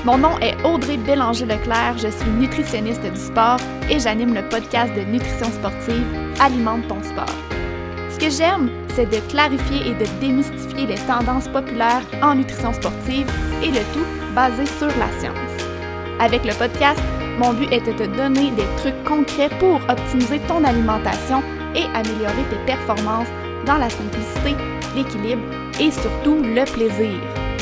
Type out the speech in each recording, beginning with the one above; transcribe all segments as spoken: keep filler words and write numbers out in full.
Mon nom est Audrey Bélanger-Leclerc, je suis nutritionniste du sport et j'anime le podcast de nutrition sportive Alimente ton sport. Ce que j'aime, c'est de clarifier et de démystifier les tendances populaires en nutrition sportive et le tout basé sur la science. Avec le podcast, mon but est de te donner des trucs concrets pour optimiser ton alimentation et améliorer tes performances dans la simplicité, l'équilibre et surtout le plaisir.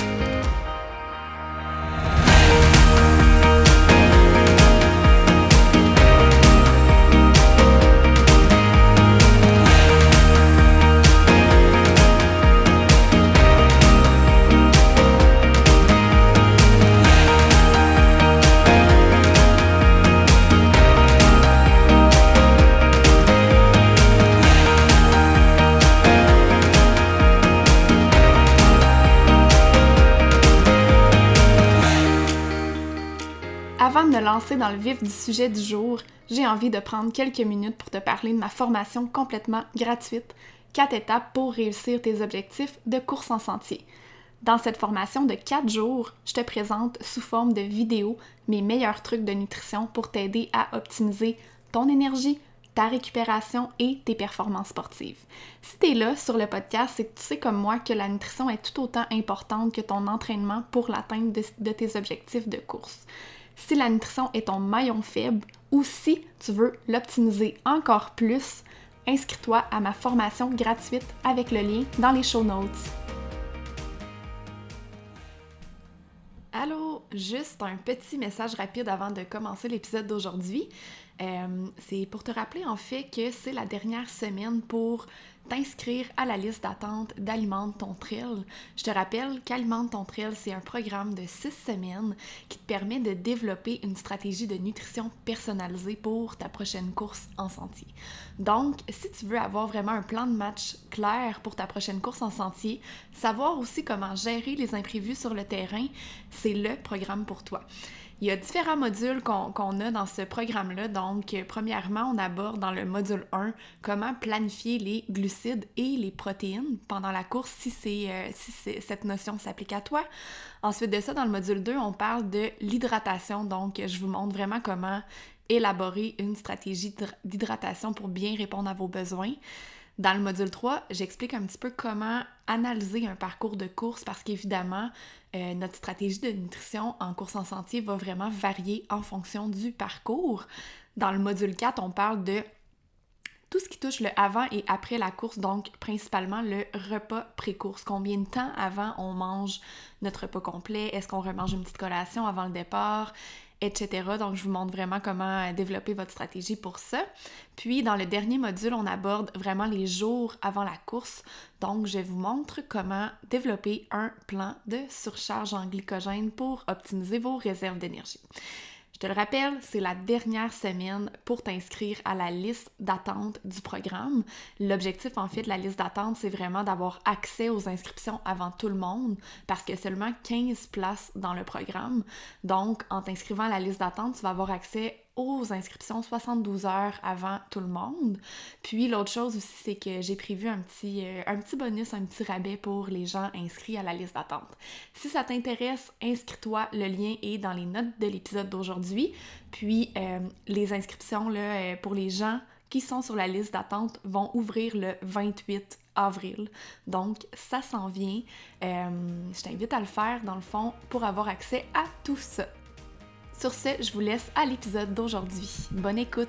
Avant de me lancer dans le vif du sujet du jour, j'ai envie de prendre quelques minutes pour te parler de ma formation complètement gratuite, quatre étapes pour réussir tes objectifs de course en sentier. Dans cette formation de quatre jours, je te présente sous forme de vidéo mes meilleurs trucs de nutrition pour t'aider à optimiser ton énergie, ta récupération et tes performances sportives. Si tu es là sur le podcast, c'est que tu sais comme moi que la nutrition est tout autant importante que ton entraînement pour l'atteinte de, de tes objectifs de course. Si la nutrition est ton maillon faible ou si tu veux l'optimiser encore plus, inscris-toi à ma formation gratuite avec le lien dans les show notes. Allô, juste un petit message rapide avant de commencer l'épisode d'aujourd'hui. Euh, c'est pour te rappeler en fait que c'est la dernière semaine pour t'inscrire à la liste d'attente d'Alimente ton trail. Je te rappelle qu'Alimente ton trail, c'est un programme de six semaines qui te permet de développer une stratégie de nutrition personnalisée pour ta prochaine course en sentier. Donc, si tu veux avoir vraiment un plan de match clair pour ta prochaine course en sentier, savoir aussi comment gérer les imprévus sur le terrain, c'est le programme pour toi. Il y a différents modules qu'on, qu'on a dans ce programme-là. Donc, premièrement, on aborde dans le module un comment planifier les glucides et les protéines pendant la course si, c'est, euh, si c'est, cette notion s'applique à toi. Ensuite de ça, dans le module deux, on parle de l'hydratation. Donc, je vous montre vraiment comment élaborer une stratégie d'hydratation pour bien répondre à vos besoins. Dans le module trois, j'explique un petit peu comment analyser un parcours de course parce qu'évidemment, euh, notre stratégie de nutrition en course en sentier va vraiment varier en fonction du parcours. Dans le module quatre, on parle de tout ce qui touche le avant et après la course, donc principalement le repas pré-course. Combien de temps avant on mange notre repas complet? Est-ce qu'on remange une petite collation avant le départ? Etc. Donc, je vous montre vraiment comment développer votre stratégie pour ça. Puis, dans le dernier module, on aborde vraiment les jours avant la course. Donc, je vous montre comment développer un plan de surcharge en glycogène pour optimiser vos réserves d'énergie. Je te le rappelle, c'est la dernière semaine pour t'inscrire à la liste d'attente du programme. L'objectif, en fait, de la liste d'attente, c'est vraiment d'avoir accès aux inscriptions avant tout le monde parce qu'il y a seulement quinze places dans le programme. Donc, en t'inscrivant à la liste d'attente, tu vas avoir accès aux inscriptions soixante-douze heures avant tout le monde. Puis l'autre chose aussi, c'est que j'ai prévu un petit, euh, un petit bonus, un petit rabais pour les gens inscrits à la liste d'attente. Si ça t'intéresse, inscris-toi, le lien est dans les notes de l'épisode d'aujourd'hui. Puis euh, les inscriptions là, euh, pour les gens qui sont sur la liste d'attente vont ouvrir le vingt-huit avril. Donc, ça s'en vient. Euh, je t'invite à le faire, dans le fond, pour avoir accès à tout ça. Sur ce, je vous laisse à l'épisode d'aujourd'hui. Bonne écoute!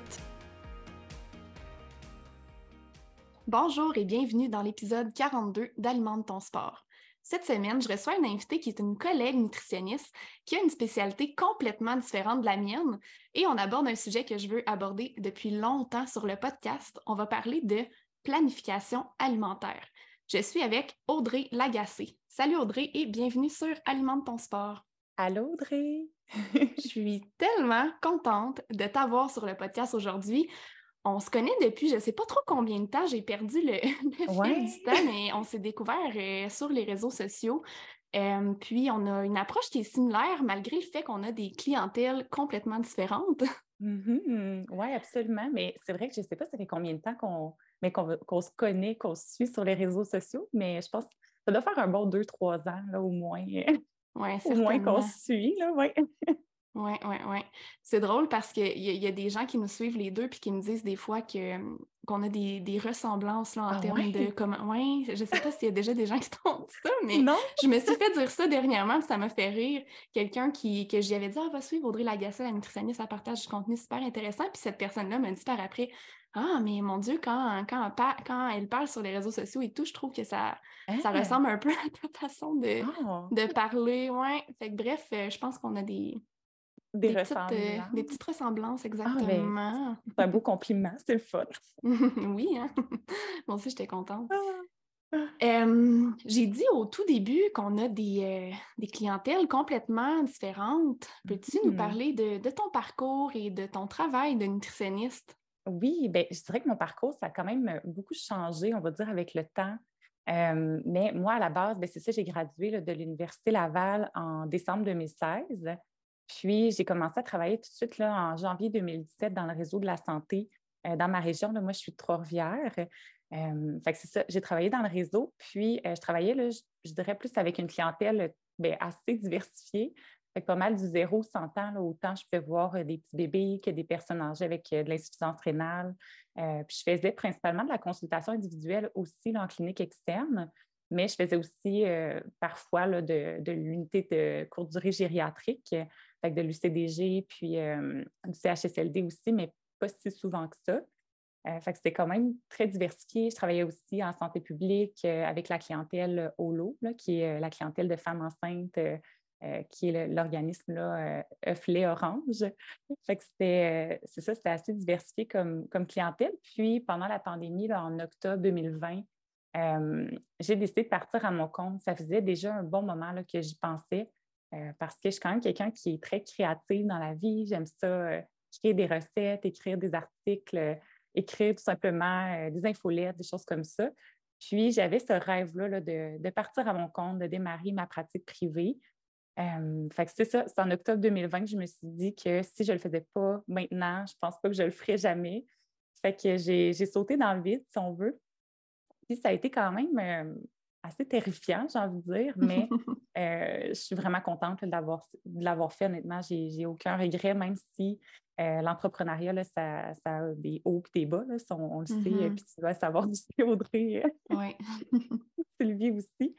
Bonjour et bienvenue dans l'épisode quarante-deux d'Alimente ton sport. Cette semaine, je reçois une invitée qui est une collègue nutritionniste qui a une spécialité complètement différente de la mienne et on aborde un sujet que je veux aborder depuis longtemps sur le podcast. On va parler de planification alimentaire. Je suis avec Audrey Lagacé. Salut Audrey et bienvenue sur Alimente ton sport. Allô Audrey! Je suis tellement contente de t'avoir sur le podcast aujourd'hui. On se connaît depuis, je ne sais pas trop combien de temps, j'ai perdu le, le Ouais. fil du temps, mais on s'est découvert euh, sur les réseaux sociaux. Euh, puis, on a une approche qui est similaire, malgré le fait qu'on a des clientèles complètement différentes. Mm-hmm. Oui, absolument. Mais c'est vrai que je ne sais pas ça fait combien de temps qu'on, mais qu'on, qu'on se connaît, qu'on se suit sur les réseaux sociaux, mais je pense que ça doit faire un bon deux, trois ans, là, au moins. Ouais, Au moins qu'on certainement. se suit, là, oui. Oui, oui, oui. C'est drôle parce qu'il y, a- il y a des gens qui nous suivent les deux puis qui me disent des fois que qu'on a des, des ressemblances là, en Ah termes de ouais? comment. Oui, je sais pas s'il y a déjà des gens qui t'ont dit ça, mais Non? je me suis fait dire ça dernièrement, puis ça m'a fait rire. Quelqu'un qui que j'y avais dit: Ah, va suivre Audrey Lagacé, la nutritionniste, elle partage du contenu super intéressant. Puis cette personne-là m'a dit par après: Ah, mais mon Dieu, quand, quand, elle par- quand elle parle sur les réseaux sociaux et tout, je trouve que ça, ça Ah! ressemble un peu à ta façon de, Oh! de parler. Ouais. Fait que bref, euh, je pense qu'on a des Des des petites, euh, des ressemblances. petites ressemblances, Ah ben, exactement. c'est un beau compliment, c'est le fun. Oui, hein? Moi aussi, j'étais contente. Ah! Euh, j'ai dit au tout début qu'on a des, euh, des clientèles complètement différentes. Peux-tu nous Mhm. parler de, de ton parcours et de ton travail de nutritionniste? Oui, ben, je dirais que mon parcours, ça a quand même beaucoup changé, on va dire, avec le temps. Euh, mais moi, à la base, ben, c'est ça, j'ai gradué là, de l'Université Laval en décembre deux mille seize. Puis, j'ai commencé à travailler tout de suite là, en janvier deux mille dix-sept dans le réseau de la santé euh, dans ma région. Là, moi, je suis de Trois-Rivières. Euh, fait que c'est ça, j'ai travaillé dans le réseau. Puis, euh, je travaillais, là, je, je dirais, plus avec une clientèle ben, assez diversifiée. Fait que pas mal du zéro cent ans, là, autant je pouvais voir euh, des petits bébés que des personnes âgées avec euh, de l'insuffisance rénale. Euh, puis je faisais principalement de la consultation individuelle aussi là, en clinique externe, mais je faisais aussi euh, parfois là, de, de l'unité de courte durée gériatrique, euh, fait que de l'U C D G, puis euh, du C H S L D aussi, mais pas si souvent que ça. Euh, fait que c'était quand même très diversifié. Je travaillais aussi en santé publique euh, avec la clientèle O L O, là, qui est euh, la clientèle de femmes enceintes, euh, euh, qui est le- l'organisme là, euh, œuf lait orange. Fait que c'était, euh, c'est ça, c'était assez diversifié comme, comme clientèle. Puis pendant la pandémie, là, en octobre deux mille vingt, euh, j'ai décidé de partir à mon compte. Ça faisait déjà un bon moment là, que j'y pensais euh, parce que je suis quand même quelqu'un qui est très créative dans la vie. J'aime ça, euh, créer des recettes, écrire des articles. euh, écrire tout simplement euh, des infolettes, des choses comme ça. Puis, j'avais ce rêve-là là, de, de partir à mon compte, de démarrer ma pratique privée. Euh, fait que c'est ça, c'est en octobre deux mille vingt que je me suis dit que si je ne le faisais pas maintenant, je ne pense pas que je le ferais jamais. Fait que j'ai, j'ai sauté dans le vide, si on veut. Puis ça a été quand même euh, assez terrifiant, j'ai envie de dire, mais euh, je suis vraiment contente là, de l'avoir, de l'avoir fait. Honnêtement, j'ai, j'ai aucun regret, même si euh, l'entrepreneuriat, là, ça, ça a des hauts et des bas. Là, ça, on, on le sait, euh, Mhm. puis tu dois savoir du C, Audrey, euh, Ouais. Sylvie aussi.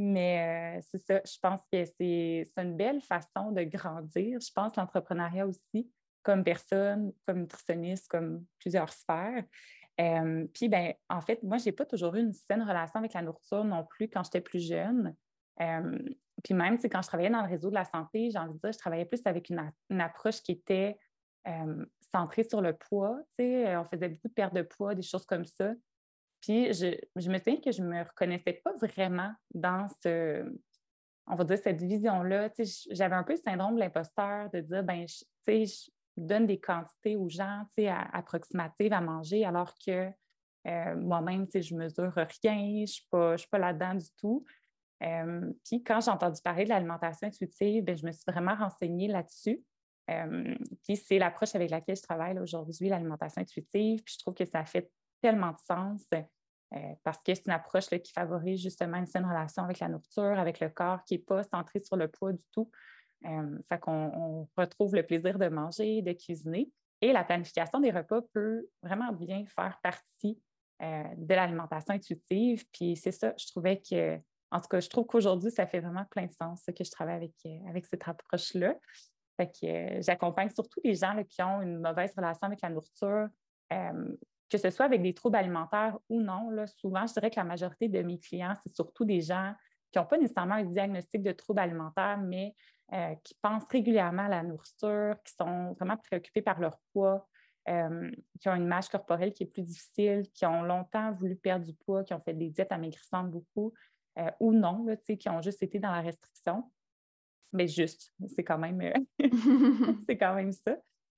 Mais euh, c'est ça, je pense que c'est, c'est une belle façon de grandir. Je pense l'entrepreneuriat aussi, comme personne, comme nutritionniste, comme plusieurs sphères. Euh, puis, ben, en fait, moi, je n'ai pas toujours eu une saine relation avec la nourriture non plus quand j'étais plus jeune. Euh, puis même, c'est quand je travaillais dans le réseau de la santé, j'ai envie de dire, je travaillais plus avec une, a- une approche qui était euh, centrée sur le poids. Tu sais, on faisait beaucoup de perte de poids, des choses comme ça. Puis, je, je me souviens que je ne me reconnaissais pas vraiment dans ce, on va dire, cette vision-là. Tu sais, j'avais un peu le syndrome de l'imposteur de dire, ben, je, tu sais, je donne des quantités aux gens, tu sais, à- approximatives à manger, alors que euh, moi-même, tu sais, je mesure rien, je ne suis pas, je suis pas là-dedans du tout. Euh, puis quand j'ai entendu parler de l'alimentation intuitive, ben, je me suis vraiment renseignée là-dessus. Euh, puis c'est l'approche avec laquelle je travaille là, aujourd'hui, l'alimentation intuitive. Puis je trouve que ça fait tellement de sens euh, parce que c'est une approche là, qui favorise justement une saine relation avec la nourriture, avec le corps, qui n'est pas centrée sur le poids du tout. Euh, fait qu'on on retrouve le plaisir de manger, de cuisiner. Et la planification des repas peut vraiment bien faire partie euh, de l'alimentation intuitive. Puis c'est ça, je trouvais que en tout cas, je trouve qu'aujourd'hui, ça fait vraiment plein de sens que je travaille avec, euh, avec cette approche-là. Fait que euh, j'accompagne surtout les gens là, qui ont une mauvaise relation avec la nourriture, euh, que ce soit avec des troubles alimentaires ou non. Là, souvent, je dirais que la majorité de mes clients, c'est surtout des gens qui n'ont pas nécessairement un diagnostic de trouble alimentaire, mais euh, qui pensent régulièrement à la nourriture, qui sont vraiment préoccupés par leur poids, euh, qui ont une image corporelle qui est plus difficile, qui ont longtemps voulu perdre du poids, qui ont fait des diètes amaigrissantes beaucoup euh, ou non, là, qui ont juste été dans la restriction. Mais juste, c'est quand même, euh, c'est quand même ça.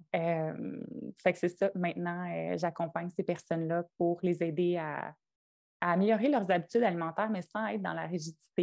Euh, fait que c'est ça. Maintenant, euh, j'accompagne ces personnes-là pour les aider à, à améliorer leurs habitudes alimentaires, mais sans être dans la rigidité.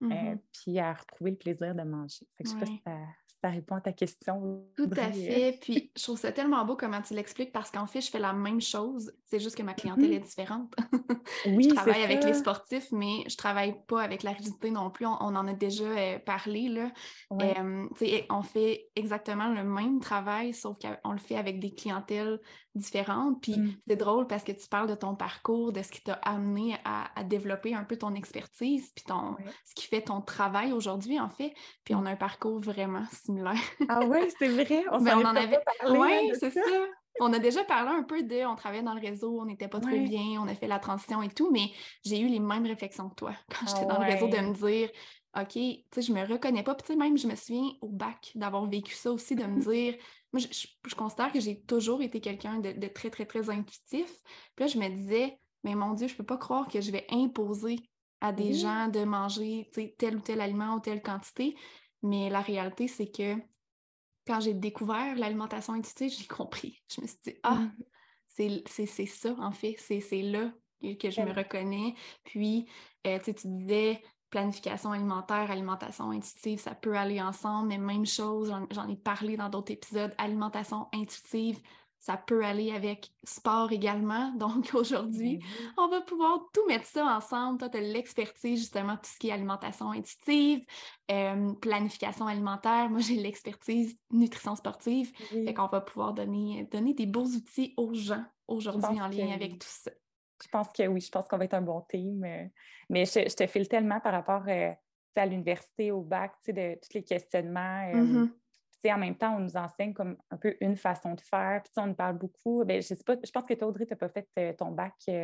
euh, Mhm. puis à retrouver le plaisir de manger. Fait que je sais pas si Ouais. ça, si ça répond à ta question, Tout à Audrey. fait. Puis je trouve ça tellement beau comment tu l'expliques parce qu'en fait, je fais la même chose. C'est juste que ma clientèle est Mhm. différente. Je Oui, c'est travaille avec les ça. sportifs, mais je travaille pas avec la rigidité non plus. On, on en a déjà euh, parlé, là. Oui. Euh, tu sais, on fait exactement le même travail, sauf qu'on le fait avec des clientèles différentes. Puis Mhm. c'est drôle parce que tu parles de ton parcours, de ce qui t'a amené à, à développer un peu ton expertise, puis ton, Ouais. ce qui fait ton travail aujourd'hui, en fait. Puis on Mhm. a un parcours vraiment similaire. Ah oui, c'est vrai, on Mais s'en on est en peut-être pas avait. parlé Oui, hein, de c'est ça. ça. On a déjà parlé un peu de. On travaillait dans le réseau, on n'était pas trop Ouais. bien, on a fait la transition et tout, mais j'ai eu les mêmes réflexions que toi quand Ah j'étais dans le réseau de me ouais. dire, OK, tu sais, je me reconnais pas. Puis, tu sais, même, je me souviens au bac d'avoir vécu ça aussi, de me dire. Moi, je, je- je considère que j'ai toujours été quelqu'un de, de très, très, très intuitif. Puis là, je me disais, mais mon Dieu, je peux pas croire que je vais imposer à des Oui. gens de manger, tu sais, tel ou tel aliment ou telle quantité. Mais la réalité, c'est que quand j'ai découvert l'alimentation intuitive, j'ai compris. Je me suis dit, ah, Mhm. c'est c'est- c'est ça, en fait. C'est c'est là que, que je me reconnais. Puis, euh, tu sais, tu disais planification alimentaire, alimentation intuitive, ça peut aller ensemble, mais même chose, j'en j'en ai parlé dans d'autres épisodes, alimentation intuitive, ça peut aller avec sport également. Donc, aujourd'hui, Ben oui. on va pouvoir tout mettre ça ensemble. Toi, tu as l'expertise, justement, tout ce qui est alimentation intuitive, euh, planification alimentaire. Moi, j'ai l'expertise nutrition sportive. Fait Oui. qu'on va pouvoir donner, donner des beaux outils aux gens Je aujourd'hui pense en que lien avec oui. tout ça. Je pense que oui, je pense qu'on va être un bon team. euh. Mais je, je te file tellement par rapport euh, tu sais, à l'université, au bac, tu sais, de tous les questionnements. euh, Mhm. tu sais, en même temps, on nous enseigne comme un peu une façon de faire. Puis tu sais, on nous parle beaucoup. Ben, je sais pas, je pense que toi, Audrey, tu n'as pas fait euh, ton bac. tu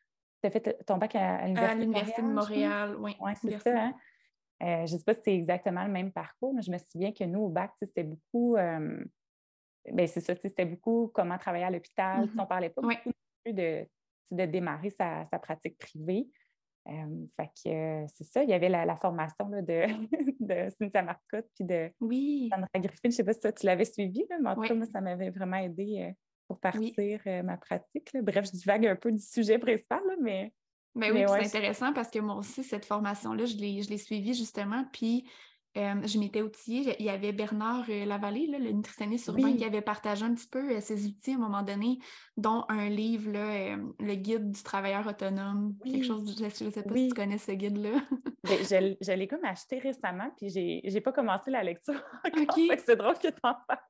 as fait ton bac à, à À l'Université de l'Université de Montréal, je pense. Montréal, oui. Oui, c'est Université de ça. Hein? Euh, je ne sais pas si c'est exactement le même parcours, mais je me souviens que nous, au bac, tu sais, c'était beaucoup. euh, ben, c'est ça, tu sais, c'était beaucoup comment travailler à l'hôpital. Tu sais, on Mhm. ne parlait pas Oui, beaucoup non plus de, tu sais, de démarrer sa, sa pratique privée. Euh, fait que euh, c'est ça, il y avait la, la formation là, de, de Cynthia Marcotte puis de oui, Sandra Griffin. Je ne sais pas si toi, tu l'avais suivi, là, mais en tout cas, oui, moi, ça m'avait vraiment aidé euh, pour oui. partir euh, ma pratique. Là. Bref, je divague un peu du sujet principal, là, mais, Ben oui, mais puis ouais. c'est je- intéressant parce que moi aussi, cette formation-là, je l'ai, je l'ai suivie justement, puis euh, je m'étais outillée. Il y avait Bernard euh, Lavallée, là, le nutritionniste urbain, qui Oui, avait partagé un petit peu euh, ses outils à un moment donné, dont un livre, là, euh, Le guide du travailleur autonome, quelque oui, chose, je ne sais pas si tu oui. connais ce guide-là. Ben, je, je l'ai comme acheté récemment, puis j'ai, j'ai pas commencé la lecture encore. Fait que OK. c'est drôle que tu en parles.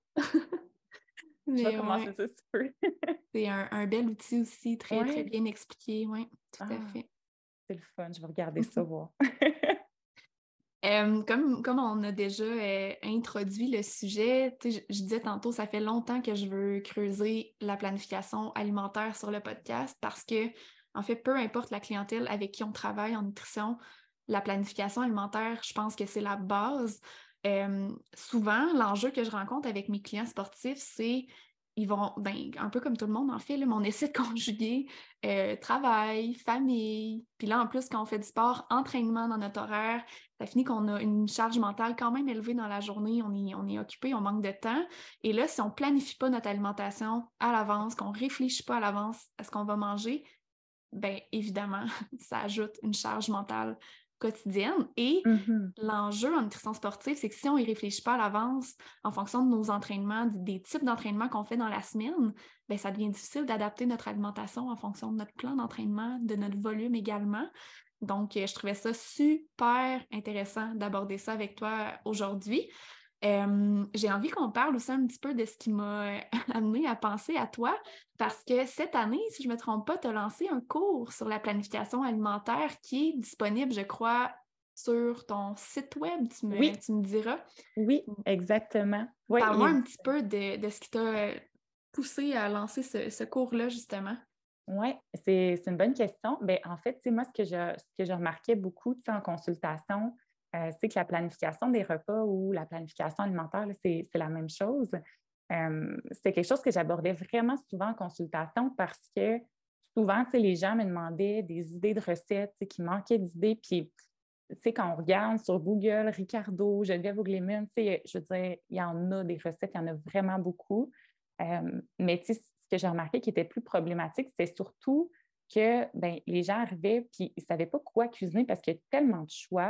Je vais Mais commencer ouais, ça si tu peux. c'est un, un bel outil aussi, très, très Ouais. bien expliqué, oui, tout à Ah, fait. c'est le fun. Je vais regarder ça, voir. Euh, comme, comme on a déjà euh, introduit le sujet, tu sais, je, je disais tantôt, ça fait longtemps que je veux creuser la planification alimentaire sur le podcast parce que, en fait, peu importe la clientèle avec qui on travaille en nutrition, la planification alimentaire, je pense que c'est la base. Euh, souvent, l'enjeu que je rencontre avec mes clients sportifs, c'est ils vont, ben, un peu comme tout le monde en fait, là, mais on essaie de conjuguer euh, travail, famille, puis là, en plus, quand on fait du sport, entraînement dans notre horaire, ça finit qu'on a une charge mentale quand même élevée dans la journée, on est, on est occupé, on manque de temps. Et là, si on ne planifie pas notre alimentation à l'avance, qu'on ne réfléchit pas à l'avance à ce qu'on va manger, bien évidemment, ça ajoute une charge mentale quotidienne. Et Mhm. l'enjeu en nutrition sportive, c'est que si on n'y réfléchit pas à l'avance, en fonction de nos entraînements, des types d'entraînements qu'on fait dans la semaine, bien, ça devient difficile d'adapter notre alimentation en fonction de notre plan d'entraînement, de notre volume également. Donc, euh, je trouvais ça super intéressant d'aborder ça avec toi aujourd'hui. Euh, j'ai envie qu'on parle aussi un petit peu de ce qui m'a amené à penser à toi, parce que cette année, si je ne me trompe pas, tu as lancé un cours sur la planification alimentaire qui est disponible, je crois, sur ton site web, tu me, Oui, tu me diras. oui, exactement. Oui, il Parle-moi est un petit peu de, de ce qui t'a poussé à lancer ce, ce cours-là, justement. Oui, c'est c'est une bonne question. Ben, en fait, tu sais, moi, ce que je, ce que je remarquais beaucoup tu sais, en consultation, euh, c'est que la planification des repas ou la planification alimentaire, là, c'est c'est la même chose. Euh, c'était quelque chose que j'abordais vraiment souvent en consultation parce que souvent, tu sais, les gens me demandaient des idées de recettes, tu sais, qui manquaient d'idées. Puis, tu sais, quand on regarde sur Google, Ricardo, Geneviève Oglémine, tu sais, je veux dire, il y en a des recettes, il y en a vraiment beaucoup. Euh, mais tu sais, ce que j'ai remarqué qui était plus problématique, c'était surtout que ben, les gens arrivaient puis ils ne savaient pas quoi cuisiner parce qu'il y a tellement de choix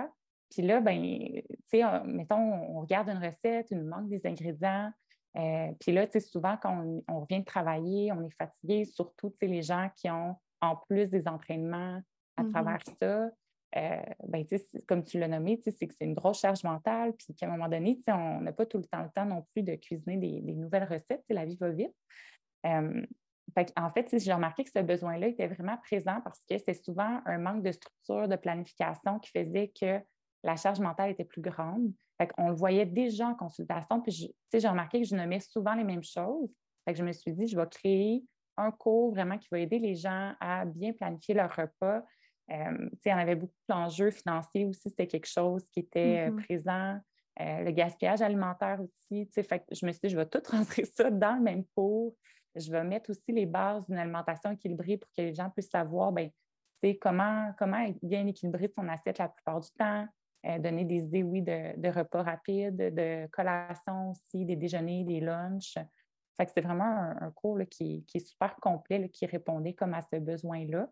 Puis là, ben, tu sais, on- mettons, on regarde une recette, il nous manque des ingrédients. Euh, puis là, tu sais, souvent, quand on, on revient de travailler, on est fatigué, surtout, tu sais, les gens qui ont, en plus des entraînements à Mhm. travers ça, euh, ben, tu sais, c'est- comme tu l'as nommé, tu sais, c'est que c'est une grosse charge mentale, puis qu'à un moment donné, tu sais, on n'a pas tout le temps le temps non plus de cuisiner des, des nouvelles recettes, tu sais, la vie va vite. Euh, fait en fait, tu sais, j'ai remarqué que ce besoin-là était vraiment présent parce que c'était souvent un manque de structure, de planification qui faisait que la charge mentale était plus grande. Fait on le voyait déjà en consultation, puis je- tu sais, j'ai remarqué que je nommais souvent les mêmes choses. Fait que je me suis dit, je vais créer un cours vraiment qui va aider les gens à bien planifier leur repas. Euh, tu sais, il y en avait beaucoup d'enjeux financiers aussi, c'était quelque chose qui était euh, Mhm. présent. Euh, le gaspillage alimentaire aussi, tu sais, fait que je me suis dit, je vais tout rentrer ça dans le même cours. Je vais mettre aussi les bases d'une alimentation équilibrée pour que les gens puissent savoir ben, comment, comment bien équilibrer son assiette la plupart du temps, euh, donner des idées, oui, de, de repas rapides, de collations aussi, des déjeuners, des lunchs. Fait que c'est vraiment un, un cours là, qui, qui, est super complet, là, qui répondait comme à ce besoin-là.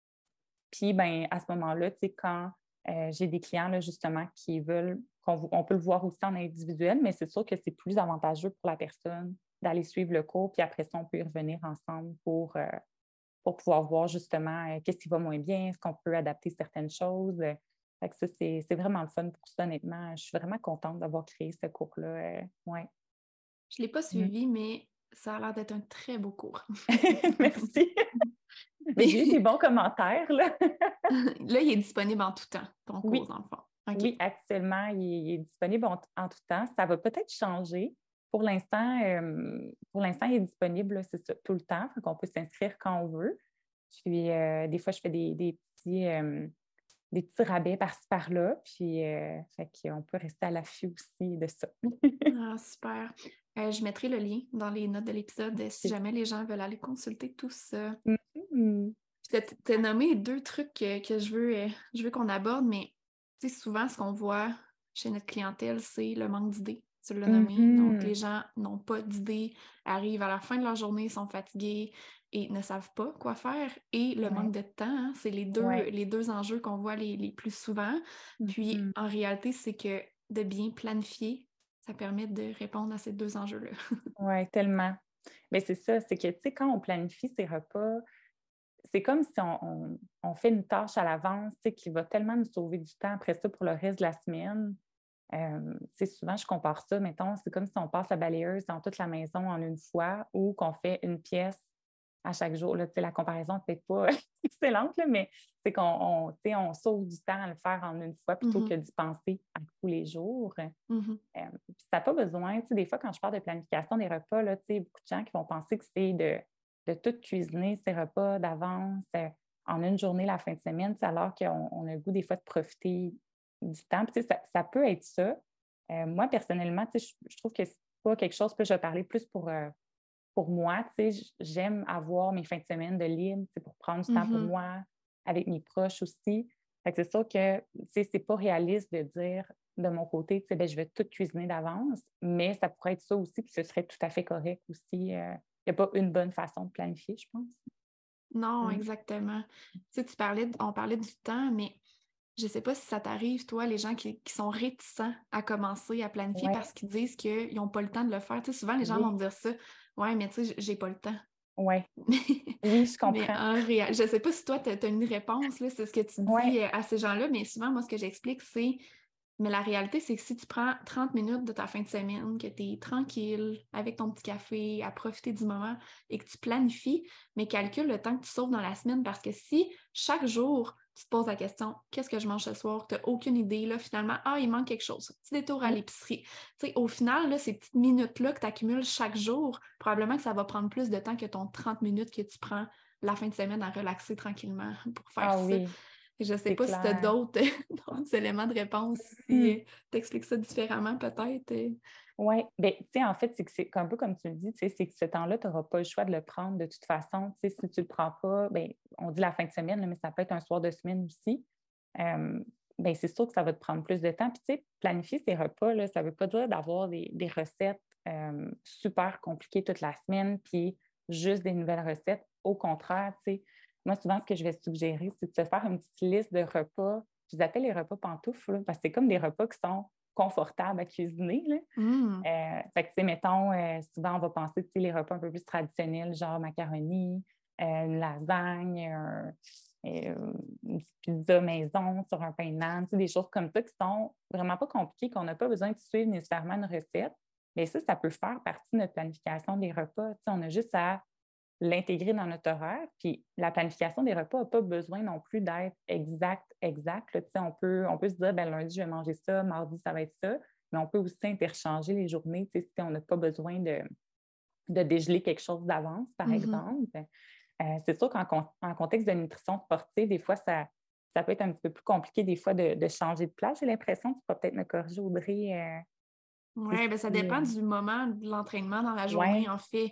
Puis, ben, à ce moment-là, tu sais, quand euh, j'ai des clients, là, justement, qui veulent, qu'on on peut le voir aussi en individuel, mais c'est sûr que c'est plus avantageux pour la personne d'aller suivre le cours, puis après ça, on peut y revenir ensemble pour, euh, pour pouvoir voir justement euh, qu'est-ce qui va moins bien, est-ce qu'on peut adapter certaines choses. Euh, fait que ça, c'est, c'est vraiment le fun pour ça, honnêtement. Je suis vraiment contente d'avoir créé ce cours-là. Euh, ouais. Je l'ai pas Mm. suivi, mais ça a l'air d'être un très beau cours. Merci. Mais j'ai eu des bons commentaires, là. Là, il est disponible en tout temps, ton cours, Oui, dans le fond. OK. oui, actuellement, il est, il est disponible en, en tout temps. Ça va peut-être changer. Pour l'instant, euh, pour l'instant, il est disponible, là, c'est ça, tout le temps. On peut s'inscrire quand on veut. Puis, euh, des fois, je fais des, des petits, euh, des petits rabais par-ci, par-là. Puis, euh, fait qu'on peut rester à l'affût aussi de ça. Ah, super. Euh, je mettrai le lien dans les notes de l'épisode euh, si jamais les gens veulent aller consulter tout ça. Mhm. Puis t'as, t'as nommé deux trucs que, que je veux, euh, je veux qu'on aborde, mais tu sais, souvent, ce qu'on voit chez notre clientèle, c'est le manque d'idées. Tu l'as nommé. Donc, les Mhm. gens n'ont pas d'idées, arrivent à la fin de leur journée, sont fatigués et ne savent pas quoi faire. Et le Ouais, manque de temps, hein, c'est les deux, ouais. les deux enjeux qu'on voit les, les plus souvent. Puis, Mhm. en réalité, c'est que de bien planifier, ça permet de répondre à ces deux enjeux-là. Ouais, tellement. Mais c'est ça, c'est que, tu sais, quand on planifie ses repas, c'est comme si on, on- on fait une tâche à l'avance, tu sais, qui va tellement nous sauver du temps après ça pour le reste de la semaine. Euh, tu sais, souvent, je compare ça, mettons, c'est comme si on passe la balayeuse dans toute la maison en une fois ou qu'on fait une pièce à chaque jour. Là, tu sais, la comparaison n'est peut-être pas excellente, là, mais c'est qu'on on, tu sais, on sauve du temps à le faire en une fois plutôt que Mhm, d'y penser à tous les jours. mhm. Euh, puis t'as pas besoin, tu sais, des fois, quand je parle de planification des repas, là, tu sais, beaucoup de gens qui vont penser que c'est de, de tout cuisiner ces repas d'avance euh, en une journée la fin de semaine, tu sais, alors qu'on on a le goût des fois de profiter du temps. Puis, tu sais, ça, ça peut être ça. Euh, moi, personnellement, tu sais, je, je trouve que c'est pas quelque chose, puis je vais parler plus pour, euh, pour moi, tu sais, j'aime avoir mes fins de semaine de libre, tu sais, pour prendre du temps pour Mhm. moi, avec mes proches aussi. Fait que c'est sûr que, tu sais, c'est pas réaliste de dire de mon côté, tu sais, ben, je vais tout cuisiner d'avance, mais ça pourrait être ça aussi, puis ce serait tout à fait correct aussi. Euh, Il n'y a pas une bonne façon de planifier, je pense. Non, Mm. exactement. Tu sais, tu parlais, de- on parlait du temps, mais je sais pas si ça t'arrive, toi, les gens qui, qui sont réticents à commencer à planifier parce Ouais, qu'ils disent qu'ils n'ont pas le temps de le faire. Tu sais, souvent, les gens vont oui, me dire ça. Ouais, mais tu sais, j'ai pas le temps. ouais, oui, je Mais comprends. en réalité, je sais pas si toi, tu as une réponse, là, c'est ce que tu dis Ouais, euh, à ces gens-là, mais souvent, moi, ce que j'explique, c'est mais la réalité, c'est que si tu prends trente minutes de ta fin de semaine, que tu es tranquille avec ton petit café, à profiter du moment et que tu planifies, mais calcule le temps que tu sauves dans la semaine parce que si chaque jour, tu te poses la question, qu'est-ce que je mange ce soir? Tu n'as aucune idée, là, finalement, ah, il manque quelque chose. Petit détour à oui, l'épicerie. Tu sais, au final, là, ces petites minutes-là que tu accumules chaque jour, probablement que ça va prendre plus de temps que ton trente minutes que tu prends la fin de semaine à relaxer tranquillement pour faire ah ça. oui, Je ne sais c'est pas si tu as clair. d'autres d'autres éléments de réponse, Mm. si tu expliques ça différemment peut-être. euh. Oui, bien, tu sais, en fait, c'est que c'est un peu comme tu le dis, tu sais, c'est que ce temps-là, tu n'auras pas le choix de le prendre de toute façon. Tu sais, si tu ne le prends pas, bien, on dit la fin de semaine, là, mais ça peut être un soir de semaine aussi. Euh, bien, c'est sûr que ça va te prendre plus de temps. Puis, tu sais, planifier ses repas, là, ça ne veut pas dire d'avoir des, des recettes euh, super compliquées toute la semaine, puis juste des nouvelles recettes. Au contraire, tu sais, moi, souvent, ce que je vais suggérer, c'est de se faire une petite liste de repas je les appelle les repas pantoufles, là, parce que c'est comme des repas qui sont confortables à cuisiner, là. Mmh. Euh, fait que, tu sais, mettons, euh, souvent, on va penser, tu sais, les repas un peu plus traditionnels, genre macaroni, euh, une lasagne, un- euh, une petite pizza maison sur un pain de naan, tu sais, des choses comme ça qui sont vraiment pas compliquées, qu'on n'a pas besoin de suivre nécessairement une recette. Mais ça, ça peut faire partie de notre planification des repas. Tu sais, on a juste à l'intégrer dans notre horaire. Puis la planification des repas n'a pas besoin non plus d'être exact, exact. Là. Tu sais, on peut, on peut se dire, ben, lundi, je vais manger ça, mardi, ça va être ça. Mais on peut aussi interchanger les journées, tu sais, si on n'a pas besoin de, de dégeler quelque chose d'avance, par Mmh. exemple. Euh, c'est sûr qu'en con- en contexte de nutrition sportive, des fois, ça, ça peut être un petit peu plus compliqué, des fois, de, de changer de place. J'ai l'impression, tu pourras peut-être me corriger, Audrey, euh, si, Ouais, ben ça si, dépend euh, du moment de l'entraînement dans la journée, ouais. en fait.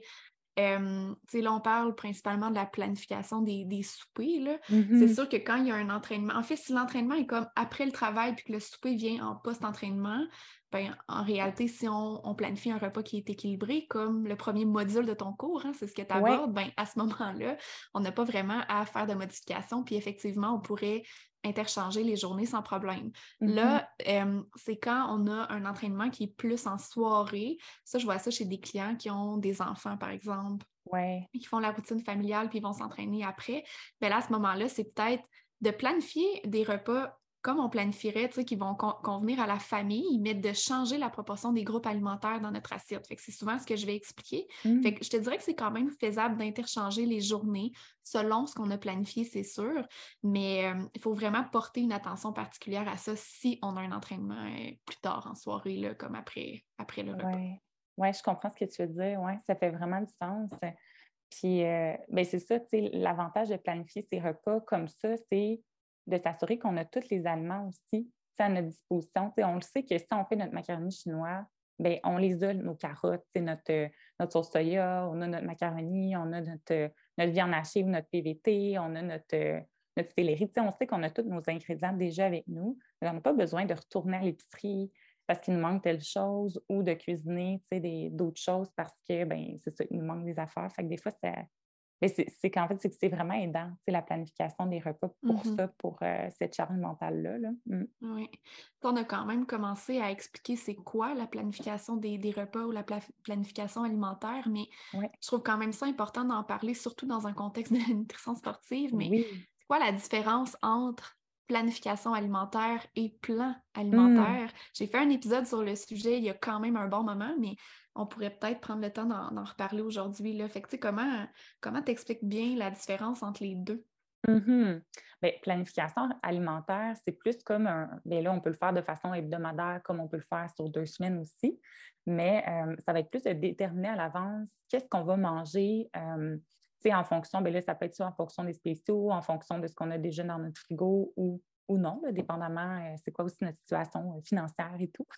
Hem, tu sais, là, on parle principalement de la planification des des soupers, là. C'est Mhm. sûr que quand il y a un entraînement en fait, si l'entraînement est comme après le travail puis que le souper vient en post-entraînement, ben, en réalité, si on on planifie un repas qui est équilibré, comme le premier module de ton cours, hein, c'est ce que tu Ouais. abordes, ben, à ce moment-là, on n'a pas vraiment à faire de modifications, puis effectivement, on pourrait interchanger les journées sans problème. Mhm. Là, hem, c'est quand on a un entraînement qui est plus en soirée. Ça, je vois ça chez des clients qui ont des enfants, par exemple, Ouais. qui font la routine familiale puis ils vont s'entraîner après. Ben là, à ce moment-là, c'est peut-être de planifier des repas comme on planifierait, tu sais, qui vont con- convenir à la famille, mais de changer la proportion des groupes alimentaires dans notre assiette. Fait que c'est souvent ce que je vais expliquer. Fait Mm. que je te dirais que c'est quand même faisable d'interchanger les journées selon ce qu'on a planifié, c'est sûr, mais euh, il faut vraiment porter une attention particulière à ça si on a un entraînement euh, plus tard en soirée, là, comme après, après le repas. Ouais. Ouais, je comprends ce que tu veux dire. Ouais, ça fait vraiment du sens. Puis, euh, ben c'est ça, tu sais, l'avantage de planifier ses repas comme ça, c'est de s'assurer qu'on a tous les aliments aussi tu sais, à notre disposition. Tu sais, on le sait que si on fait notre macaroni chinois, ben on les a, nos carottes, tu sais, notre, euh, notre sauce soya, on a notre macaroni, on a notre, euh, notre viande hachée ou notre P V T, on a notre, euh, notre céleri. Tu sais, on sait qu'on a tous nos ingrédients déjà avec nous. On n'a pas besoin de retourner à l'épicerie parce qu'il nous manque telle chose ou de cuisiner, tu sais, des- d'autres choses parce que, ben c'est ça, il nous manque des affaires. Fait que des fois, ça, mais c'est c'est qu'en fait, c'est que c'est vraiment aidant, tu sais, la planification des repas pour Mhm. ça, pour euh, cette charge mentale-là. Là. Mm. Oui. On a quand même commencé à expliquer c'est quoi la planification des, des repas ou la pla- planification alimentaire, mais Ouais. je trouve quand même ça important d'en parler, surtout dans un contexte de nutrition sportive. Mais Oui. c'est quoi la différence entre planification alimentaire et plan Mm. alimentaire? J'ai fait un épisode sur le sujet il y a quand même un bon moment, mais on pourrait peut-être prendre le temps d'en d'en reparler aujourd'hui, là. Fait que, tu sais, comment, comment t'expliques bien la différence entre les deux? Mhm. Bien, planification alimentaire, c'est plus comme un. Bien là, on peut le faire de façon hebdomadaire, comme on peut le faire sur deux semaines aussi, mais euh, ça va être plus de déterminer à l'avance qu'est-ce qu'on va manger, euh, tu sais, en fonction, bien là, ça peut être ça en fonction des spéciaux, en fonction de ce qu'on a déjà dans notre frigo ou, ou non, là, dépendamment, euh, c'est quoi aussi notre situation euh, financière et tout.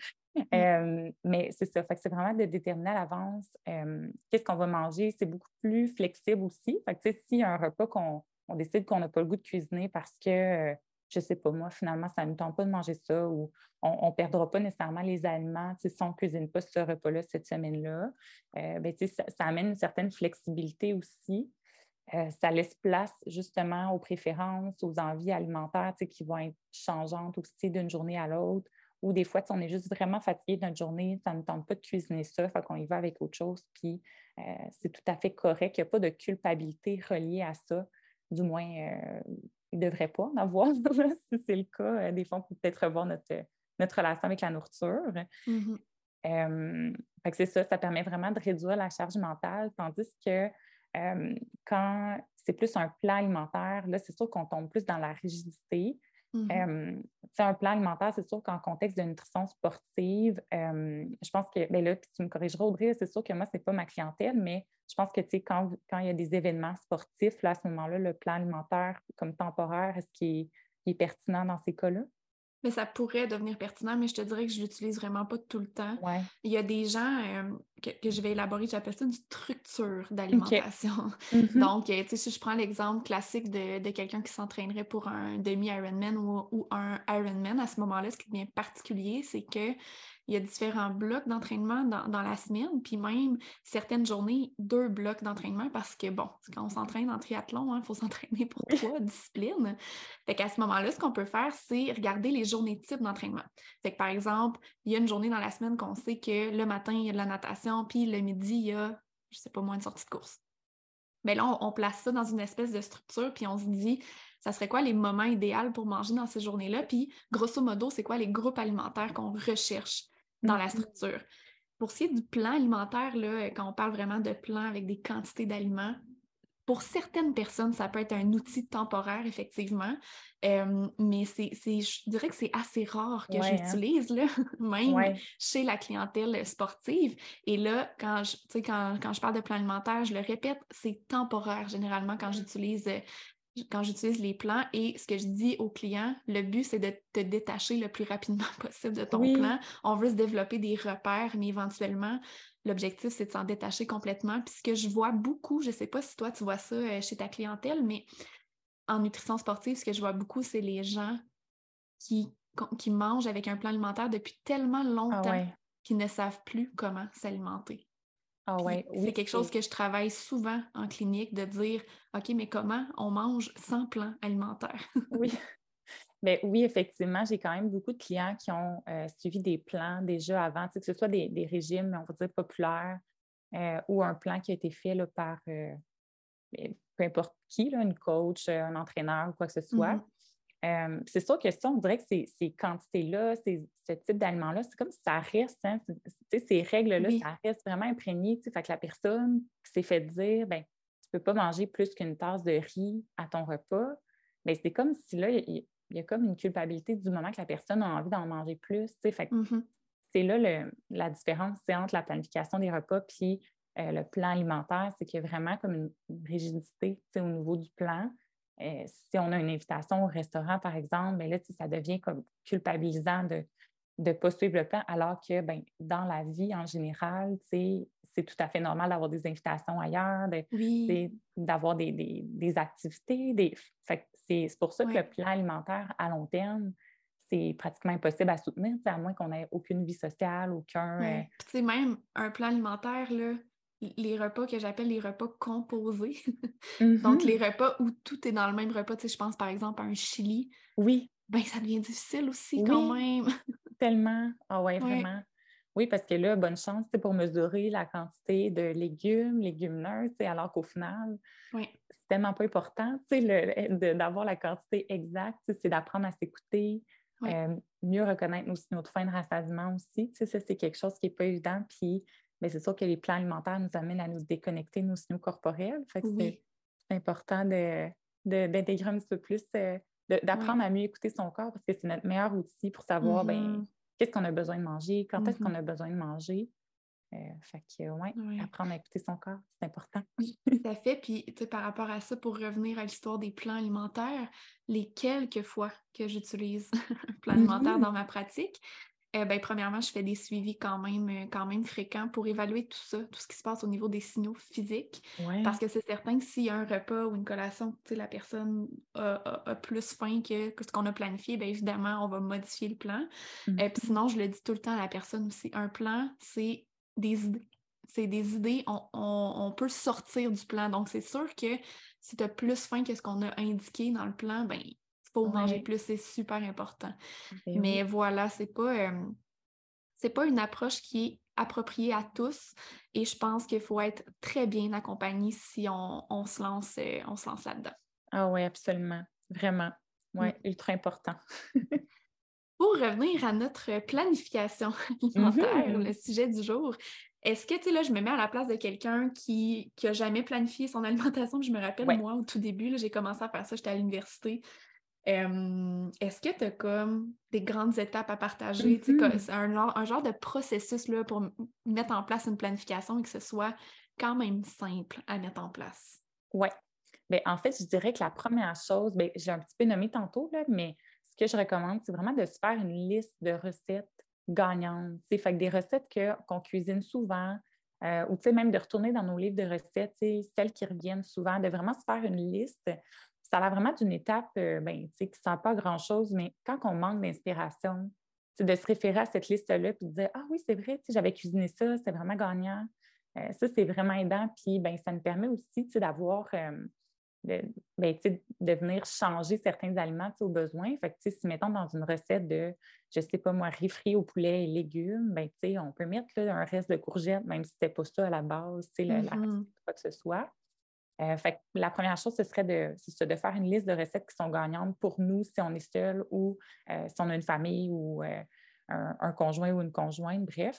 Mm. Euh, mais c'est ça, fait que c'est vraiment de déterminer à l'avance euh, qu'est-ce qu'on va manger. C'est beaucoup plus flexible aussi. Fait que, tu sais, s'il y a un repas qu'on on décide qu'on n'a pas le goût de cuisiner parce que, euh, je sais pas, moi, finalement, ça ne me tente pas de manger ça ou on ne perdra pas nécessairement les aliments tu sais, si on ne cuisine pas ce repas-là cette semaine-là. Euh, ben, tu sais, ça, ça amène une certaine flexibilité aussi. Euh, ça laisse place justement aux préférences, aux envies alimentaires tu sais, qui vont être changeantes aussi d'une journée à l'autre. Ou des fois, tu sais, on est juste vraiment fatigué de notre journée, ça ne tente pas de cuisiner ça, fait qu'on y va avec autre chose. Puis euh, c'est tout à fait correct. Il n'y a pas de culpabilité reliée à ça. Du moins, euh, il ne devrait pas en avoir. Si c'est le cas, euh, des fois, on peut peut-être revoir notre, notre relation avec la nourriture. Mhm. Euh, fait que c'est ça, ça permet vraiment de réduire la charge mentale, tandis que euh, quand c'est plus un plan alimentaire, là, c'est sûr qu'on tombe plus dans la rigidité. Mhm. Euh, tu sais, un plan alimentaire, c'est sûr qu'en contexte de nutrition sportive, euh, je pense que, ben là, tu me corrigeras, Audrey, c'est sûr que moi, c'est pas ma clientèle, mais je pense que, tu sais, quand, quand il y a des événements sportifs, là, à ce moment-là, le plan alimentaire comme temporaire, est-ce qu'il est, il est pertinent dans ces cas-là? Mais ça pourrait devenir pertinent, mais je te dirais que je l'utilise vraiment pas tout le temps. Oui. Il y a des gens euh, que, que je vais élaborer, j'appelle ça une structure OK. d'alimentation. Mhm. Donc, euh, tu sais, si je prends l'exemple classique de, de quelqu'un qui s'entraînerait pour un demi-Ironman ou, ou un Ironman, à ce moment-là, ce qui devient particulier, c'est que il y a différents blocs d'entraînement dans, dans la semaine, puis même certaines journées, deux blocs d'entraînement parce que, bon, quand on s'entraîne en triathlon, il faut s'entraîner pour Oui. trois disciplines. Fait qu'à ce moment-là, ce qu'on peut faire, c'est regarder les journées types d'entraînement. Fait que, par exemple, il y a une journée dans la semaine qu'on sait que le matin, il y a de la natation, puis le midi, il y a, je sais pas moi, une sortie de course. Mais là, on, on place ça dans une espèce de structure, puis on se dit, ça serait quoi les moments idéaux pour manger dans ces journées-là? Puis, grosso modo, c'est quoi les groupes alimentaires qu'on recherche dans la Mhm. structure? Pour ce qui est du plan alimentaire, là, quand on parle vraiment de plan avec des quantités d'aliments, pour certaines personnes, ça peut être un outil temporaire, effectivement, euh, mais c'est, c'est, je dirais que c'est assez rare que Ouais, hein? j'utilise, là, même Ouais. chez la clientèle sportive. Et là, quand je, tu sais, quand, quand je parle de plan alimentaire, je le répète, c'est temporaire, généralement, quand j'utilise euh, quand j'utilise les plans. Et ce que je dis aux clients, le but, c'est de te détacher le plus rapidement possible de ton Oui. plan. On veut se développer des repères, mais éventuellement, l'objectif, c'est de s'en détacher complètement. Puis ce que je vois beaucoup, je ne sais pas si toi, tu vois ça euh, chez ta clientèle, mais en nutrition sportive, ce que je vois beaucoup, c'est les gens qui, qui mangent avec un plan alimentaire depuis tellement Ah longtemps ouais. qu'ils ne savent plus comment s'alimenter. Ah Puis ouais. c'est Oui, quelque chose c'est que je travaille souvent en clinique, de dire, OK, mais comment on mange sans plan alimentaire? oui. Mais oui, effectivement, j'ai quand même beaucoup de clients qui ont euh, suivi des plans déjà avant, tu sais, que ce soit des, des régimes, on va dire, populaires euh, ou un plan qui a été fait là, par euh, mais peu importe qui, là, une coach, euh, un entraîneur ou quoi que ce soit. Mhm. Euh, c'est sûr que ça, on dirait que ces, ces quantités-là, ces- ce type d'aliments-là, c'est comme si ça reste, hein, c'est- tu sais, ces règles-là, Oui, ça reste vraiment imprégné. Tu sais, fait que la personne qui s'est fait dire, ben, tu ne peux pas manger plus qu'une tasse de riz à ton repas, mais c'est comme si là, il y, il y a comme une culpabilité du moment que la personne a envie d'en manger plus. Tu sais, fait que mhm. c'est là le- la différence, c'est entre la planification des repas puis euh, le plan alimentaire, c'est qu'il y a vraiment comme une, une rigidité, tu sais, au niveau du plan. Euh, si on a une invitation au restaurant, par exemple, bien là, tu sais, ça devient comme culpabilisant de ne pas suivre le plan, alors que ben, dans la vie en général, tu sais, c'est tout à fait normal d'avoir des invitations ailleurs, de, tu Oui, sais, d'avoir des, des- des activités. Des... Fait que c'est c'est pour ça que le oui. plan alimentaire à long terme, c'est pratiquement impossible à soutenir, tu sais, à moins qu'on ait aucune vie sociale, aucun. euh, Ouais. Puis tu sais, même un plan alimentaire, là, les repas que j'appelle les repas composés, donc les Mhm. repas où tout est dans le même repas, tu sais, je pense par exemple à un chili, Oui, ben ça devient difficile aussi quand oui, même. tellement. Ah ouais, Ouais, vraiment. Oui, parce que là, bonne chance, c'est pour mesurer la quantité de légumes, légumineuses, tu sais, alors qu'au final, ouais, c'est tellement pas important, tu sais, le- de- d'avoir la quantité exacte, tu sais, c'est d'apprendre à s'écouter, ouais. euh, mieux reconnaître nos signaux de faim, de rassasiement aussi. Tu sais, ça, c'est quelque chose qui n'est pas évident. Puis, mais c'est sûr que les plans alimentaires nous amènent à nous déconnecter de nos signaux corporels. Fait que c'est Oui, c'est important de, de- d'intégrer un petit peu plus, euh, de- oui. d'apprendre à mieux écouter son corps parce que c'est notre meilleur outil pour savoir, ben, Mhm, qu'est-ce qu'on a besoin de manger, quand est-ce qu'on mhm. a besoin de manger. Euh, fait que, ouais, Oui. apprendre à écouter son corps, c'est important. Tout à fait. Puis, tu sais, par rapport à ça, pour revenir à l'histoire des plans alimentaires, les quelques fois que j'utilise un plan alimentaire Mhm. dans ma pratique, eh ben, premièrement, je fais des suivis quand même, euh, quand même fréquents pour évaluer tout ça, tout ce qui se passe au niveau des signaux physiques. Parce Ouais. que c'est certain que s'il y a un repas ou une collation, tu sais, la personne a, a- a plus faim que, que ce qu'on a planifié, bien évidemment, on va modifier le plan. Et puis Mhm. sinon, je le dis tout le temps à la personne aussi, un plan, c'est des idées. C'est des idées, on, on- on peut sortir du plan. Donc, c'est sûr que si tu as plus faim que ce qu'on a indiqué dans le plan, ben, il faut manger Ouais. plus, c'est super important. Ben Mais oui. voilà, c'est pas, euh, c'est pas une approche qui est appropriée à tous et je pense qu'il faut être très bien accompagné si on, on se lance, euh, on se lance là-dedans. Ah oui, absolument. Vraiment. Oui, Mm. ultra important. Pour revenir à notre planification alimentaire, le Mhm. sujet du jour, est-ce que, tu sais, là, je me mets à la place de quelqu'un qui qui a jamais planifié son alimentation? Puis je me rappelle, Ouais. moi, au tout début, là, j'ai commencé à faire ça, j'étais à l'université. Euh, est-ce que tu as comme des grandes étapes à partager? Tu sais, que- Mhm. c'est un, genre- un genre de processus là, pour m- mettre en place une planification et que ce soit quand même simple à mettre en place. Ouais. Ben, en fait, je dirais que la première chose, ben, j'ai un petit peu nommé tantôt, là, mais ce que je recommande, c'est vraiment de se faire une liste de recettes gagnantes. Tu sais, fait que des recettes que, qu'on cuisine souvent, Euh, ou tu sais, même de retourner dans nos livres de recettes, tu sais, celles qui reviennent souvent, de vraiment se faire une liste. Ça a l'air vraiment d'une étape euh, ben, tu sais, qui ne sent pas grand-chose, mais quand on manque d'inspiration, c'est de se référer à cette liste-là puis de dire ah oui, c'est vrai, tu sais, j'avais cuisiné ça, c'était vraiment gagnant. Euh, ça, c'est vraiment aidant. Puis ben, ça nous permet aussi tu sais, d'avoir euh, de, ben, tu sais, de venir changer certains aliments tu sais, au besoin. Fait que, tu sais, si mettons dans une recette de, je sais pas moi, riz frit au poulet et légumes, ben, tu sais, on peut mettre là, un reste de courgettes, même si c'était pas ça à la base, tu sais, la, la Mhm. recette, quoi que ce soit. Euh, fait que la première chose, ce serait de, c'est ça, de faire une liste de recettes qui sont gagnantes pour nous si on est seul ou euh, si on a une famille ou euh, un, un conjoint ou une conjointe, bref,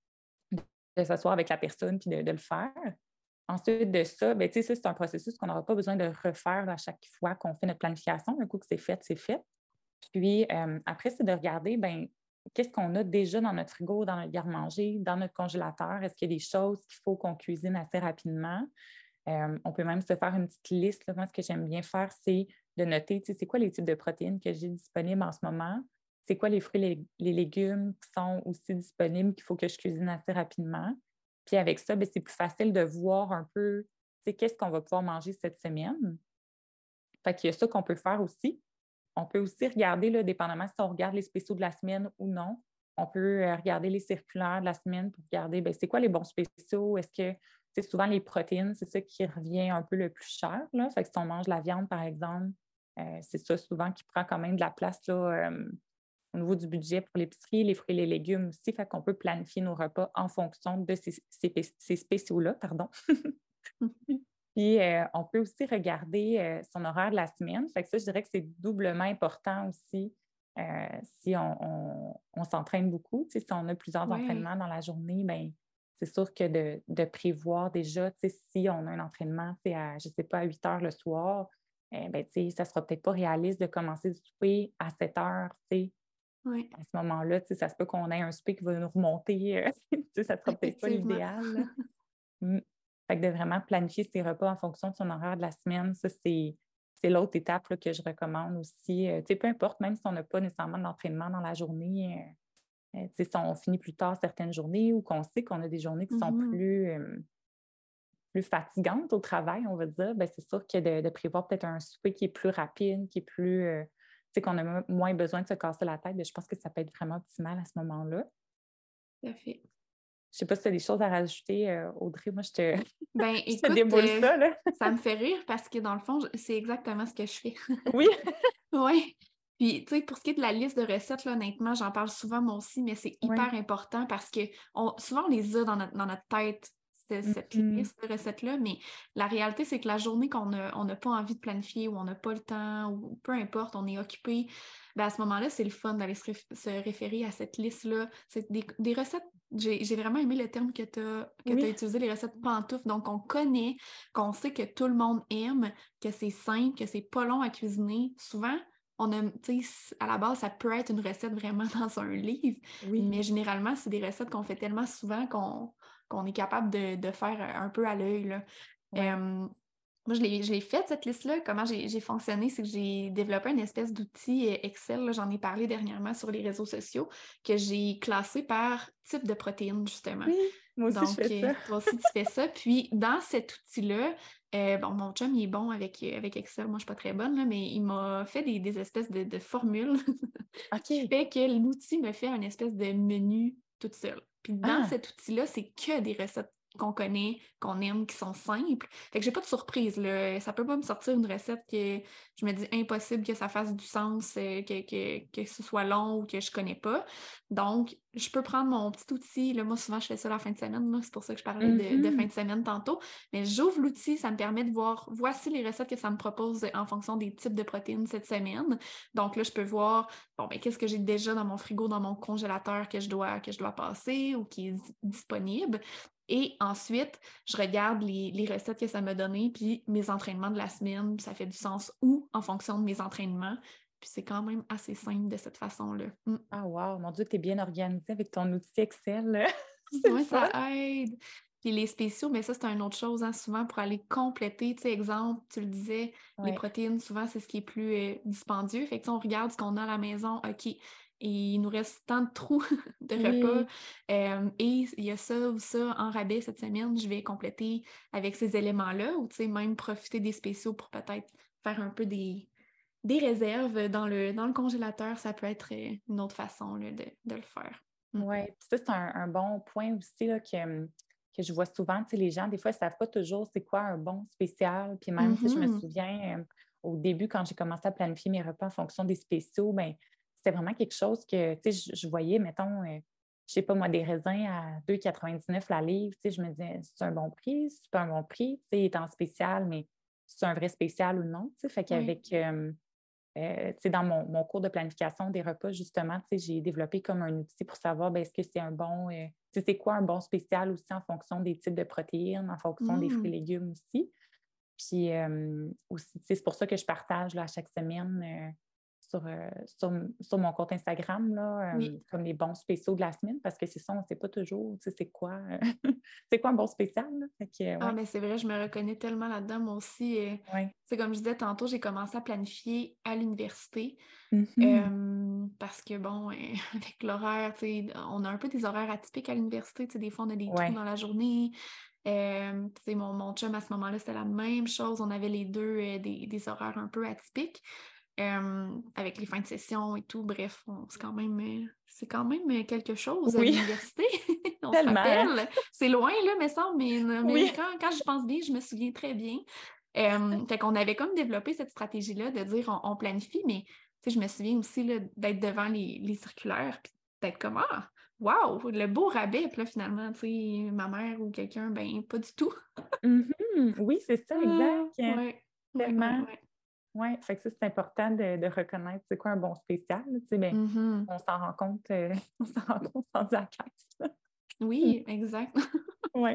de s'asseoir avec la personne puis de, de le faire. Ensuite de ça, ben, ça, c'est un processus qu'on n'aura pas besoin de refaire à chaque fois qu'on fait notre planification. Un coup que c'est fait, c'est fait. Puis euh, après, c'est de regarder ben, qu'est-ce qu'on a déjà dans notre frigo, dans notre garde-manger, dans notre congélateur. Est-ce qu'il y a des choses qu'il faut qu'on cuisine assez rapidement? Euh, on peut même se faire une petite liste. Là. Moi, ce que j'aime bien faire, c'est de noter, c'est quoi les types de protéines que j'ai disponibles en ce moment? C'est quoi les fruits et les, les légumes qui sont aussi disponibles qu'il faut que je cuisine assez rapidement? Puis avec ça, ben, c'est plus facile de voir un peu, qu'est-ce qu'on va pouvoir manger cette semaine. Fait qu'il y a ça qu'on peut faire aussi. On peut aussi regarder, là, dépendamment si on regarde les spéciaux de la semaine ou non. On peut euh, regarder les circulaires de la semaine pour regarder ben, c'est quoi les bons spéciaux. Est-ce que c'est souvent les protéines, c'est ça qui revient un peu le plus cher. Là. Fait que si on mange la viande, par exemple, euh, c'est ça souvent qui prend quand même de la place là, euh, au niveau du budget pour l'épicerie, les fruits et les légumes aussi. Fait qu'on peut planifier nos repas en fonction de ces, ces, ces spéciaux-là. Pardon. Puis, euh, on peut aussi regarder euh, son horaire de la semaine. Fait que ça, je dirais que c'est doublement important aussi euh, si on, on, on s'entraîne beaucoup. Tu sais, si on a plusieurs Ouais. entraînements dans la journée, bien, c'est sûr que de, de prévoir déjà, tu sais, si on a un entraînement tu sais, à, je ne sais pas, à huit heures le soir, eh bien, tu sais, ça ne sera peut-être pas réaliste de commencer le souper à sept heures. Tu sais. Ouais. À ce moment-là, tu sais, ça se peut qu'on ait un souper qui va nous remonter. euh, tu sais, ça ne sera peut-être pas Effectivement. l'idéal. Là. Mm. Fait que de vraiment planifier ses repas en fonction de son horaire de la semaine, ça, c'est, c'est l'autre étape là, que je recommande aussi. Euh, tu sais, peu importe, même si on n'a pas nécessairement d'entraînement dans la journée, euh, euh, tu sais, si on finit plus tard certaines journées ou qu'on sait qu'on a des journées qui sont Mhm. plus, euh, plus fatigantes au travail, on va dire, ben, c'est sûr que de, de prévoir peut-être un souper qui est plus rapide, qui est plus, euh, tu sais, qu'on a mo- moins besoin de se casser la tête, ben, je pense que ça peut être vraiment optimal à ce moment-là. Tout à fait. Je sais pas si tu as des choses à rajouter, euh, Audrey. Moi, je te, Ben, je te écoute, déboule euh, ça, là. ça me fait rire parce que dans le fond, je- c'est exactement ce que je fais. Oui. Oui. Puis, tu sais, pour ce qui est de la liste de recettes, là, honnêtement, j'en parle souvent moi aussi, mais c'est Oui. hyper important parce que on, souvent, on les a dans notre, dans notre tête, ce- cette Mhm. liste de recettes-là, mais la réalité, c'est que la journée qu'on a, on n'a pas envie de planifier ou on n'a pas le temps ou peu importe, on est occupé, ben à ce moment-là, c'est le fun d'aller se, réf- se référer à cette liste-là. C'est des, des recettes, j'ai, j'ai vraiment aimé le terme que tu as que tu Oui. utilisé, les recettes pantoufles. Donc, on connaît, qu'on sait que tout le monde aime, que c'est simple, que c'est pas long à cuisiner. Souvent, on a, tu sais, à la base, ça peut être une recette vraiment dans un livre, Oui. mais généralement, c'est des recettes qu'on fait tellement souvent qu'on qu'on est capable de, de faire un peu à l'œil, là. Oui. Euh, moi, je l'ai, je l'ai faite, cette liste-là. Comment j'ai, j'ai fonctionné, c'est que j'ai développé une espèce d'outil euh, Excel, là, j'en ai parlé dernièrement sur les réseaux sociaux, que j'ai classé par type de protéines, justement. Oui. Moi aussi, je Donc, fais euh, ça. toi aussi, tu fais ça. Puis, dans cet outil-là, euh, bon, mon chum, il est bon avec, euh, avec Excel. Moi, je suis pas très bonne, là, mais il m'a fait des, des espèces de, de formules qui OK. fait que l'outil me fait un espèce de menu toute seule. Puis, dans Ah, cet outil-là, c'est que des recettes qu'on connaît, qu'on aime, qui sont simples. Fait que j'ai pas de surprise, là. Ça peut pas me sortir une recette que je me dis impossible que ça fasse du sens, euh, que, que, que ce soit long ou que je connais pas. Donc, je peux prendre mon petit outil. Là, moi, souvent, je fais ça la fin de semaine. là. C'est pour ça que je parlais de, de fin mhm. de semaine tantôt. Mais j'ouvre l'outil, ça me permet de voir, voici les recettes que ça me propose en fonction des types de protéines cette semaine. Donc là, je peux voir, bon, ben, qu'est-ce que j'ai déjà dans mon frigo, dans mon congélateur que je dois, que je dois passer ou qui est di- disponible. Et ensuite, je regarde les, les recettes que ça m'a donné, puis mes entraînements de la semaine, ça fait du sens ou en fonction de mes entraînements. Puis c'est quand même assez simple de cette façon-là. Mm. Ah, wow. Mon Dieu, tu es bien organisée avec ton outil Excel. C'est le Oui, ça fun. aide. Puis les spéciaux, mais ça, c'est une autre chose, hein, souvent pour aller compléter. Tu sais, exemple, tu le disais, les Oui. protéines, souvent, c'est ce qui est plus euh, dispendieux. Fait que tu sais, on regarde ce qu'on a à la maison. OK, et il nous reste tant de trous de repas, Oui. euh, et il y a ça ou ça en rabais cette semaine, je vais compléter avec ces éléments-là, ou tu sais, même profiter des spéciaux pour peut-être faire un peu des, des réserves dans le, dans le congélateur, ça peut être euh, une autre façon là, de, de le faire. Mm. Oui, puis ça, c'est un, un bon point aussi là, que, hum, que je vois souvent. Tu sais, les gens, des fois, ils ne savent pas toujours c'est quoi un bon spécial. Puis même, tu sais, je me Mhm. souviens, euh, au début, quand j'ai commencé à planifier mes repas en fonction des spéciaux, ben c'était vraiment quelque chose que, tu sais, je, je voyais, mettons, euh, je sais pas moi, des raisins à deux virgule quatre-vingt-dix-neuf la livre. Tu sais, je me disais, c'est un bon prix, c'est pas un bon prix. Tu sais, il est en spécial, mais c'est un vrai spécial ou non. Tu sais, fait Oui. qu'avec, euh, euh, tu sais, dans mon, mon cours de planification des repas, justement, tu sais, j'ai développé comme un outil pour savoir, ben, est-ce que c'est un bon, euh, tu sais, c'est quoi un bon spécial aussi en fonction des types de protéines, en fonction des fruits Mm. et légumes aussi. Puis euh, aussi, tu sais, c'est pour ça que je partage là, à chaque semaine euh, sur, euh, sur, sur mon compte Instagram, là, Oui. euh, comme les bons spéciaux de la semaine, parce que c'est ça, on ne sait pas toujours, tu sais, c'est quoi, euh, c'est quoi un bon spécial, là. Fait que, euh, Ah, ouais, mais c'est vrai, je me reconnais tellement là-dedans, moi aussi. euh, ouais. C'est comme je disais tantôt, j'ai commencé à planifier à l'université. Mhm. Euh, parce que bon, euh, avec l'horaire, tu sais, on a un peu des horaires atypiques à l'université. Tu sais, des fois, on a des trous Ouais. dans la journée. Euh, tu sais, mon, mon chum, à ce moment-là, c'était la même chose. On avait les deux euh, des, des horaires un peu atypiques. Euh, avec les fins de session et tout. Bref, on- c'est quand même, euh, c'est quand même euh, quelque chose à Oui, l'université. On se tellement, hein? rappelle. C'est loin, là, mais ça, mais, mais Oui. quand, quand je pense bien, je me souviens très bien. Euh, fait qu'on avait comme développé cette stratégie-là de dire on, on planifie, mais tu sais, je me souviens aussi là, d'être devant les, les circulaires puis d'être comme ah, waouh, le beau rabais, puis là, finalement, tu sais, ma mère ou quelqu'un, ben pas du tout. Mhm. Oui, c'est ça, exact. Ah, ouais, ouais, ouais, Tellement. ouais. Oui, fait que ça, c'est important de, de reconnaître c'est quoi un bon spécial. Là, tu sais, ben, Mhm. on s'en rend compte, euh, on s'en rend compte rendu à la caisse. Oui, exact. Oui.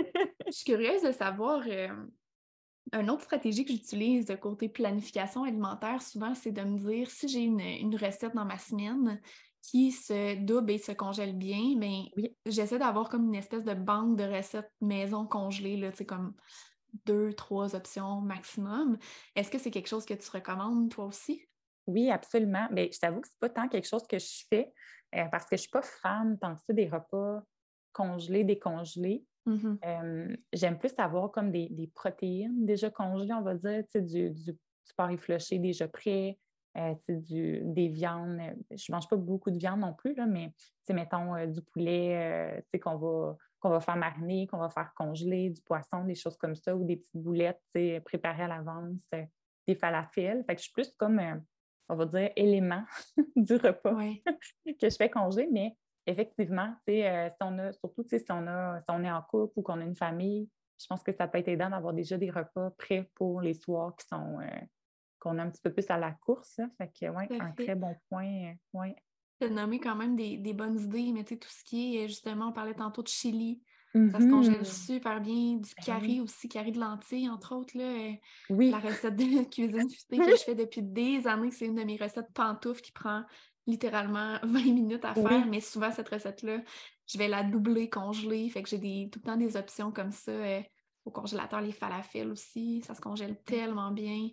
Je suis curieuse de savoir, euh, une autre stratégie que j'utilise de côté planification alimentaire, souvent, c'est de me dire si j'ai une, une recette dans ma semaine qui se double et se congèle bien, mais Oui, j'essaie d'avoir comme une espèce de banque de recettes maison congelées, là, tu sais, comme deux, trois options maximum. Est-ce que c'est quelque chose que tu recommandes toi aussi? oui, absolument. Mais je t'avoue que c'est pas tant quelque chose que je fais euh, parce que je suis pas fan tant que ça des repas congelés, décongelés. Mhm. Euh, j'aime plus avoir comme des, des protéines déjà congelées, on va dire, tu sais, du, du, du porc effiloché déjà prêt, euh, tu sais, du, des viandes. Je mange pas beaucoup de viande non plus, là, mais tu sais, mettons euh, du poulet euh, tu sais, qu'on va, qu'on va faire mariner, qu'on va faire congeler, du poisson, des choses comme ça, ou des petites boulettes tu sais, préparées à l'avance, euh, des falafels. Fait que je suis plus comme, euh, on va dire, élément du repas Oui, que je fais congeler, mais effectivement, tu sais, euh, si on a, surtout tu sais, si on a, si on est en couple ou qu'on a une famille, je pense que ça peut être aidant d'avoir déjà des repas prêts pour les soirs qui sont euh, qu'on a un petit peu plus à la course. Là. Fait que ouais, tout à un très fait. bon point. euh, ouais. Tu as nommé quand même des, des bonnes idées, mais tu sais, tout ce qui est, justement, on parlait tantôt de chili, ça se congèle Mhm. super bien, du Ben curry oui. aussi, curry de lentilles, entre autres, là, euh, la Oui. recette de cuisine futée que je fais depuis des années, c'est une de mes recettes pantoufles qui prend littéralement vingt minutes à faire, Oui. mais souvent, cette recette-là, je vais la doubler, congeler, fait que j'ai des, tout le temps des options comme ça, euh, au congélateur, les falafels aussi, ça se congèle tellement bien.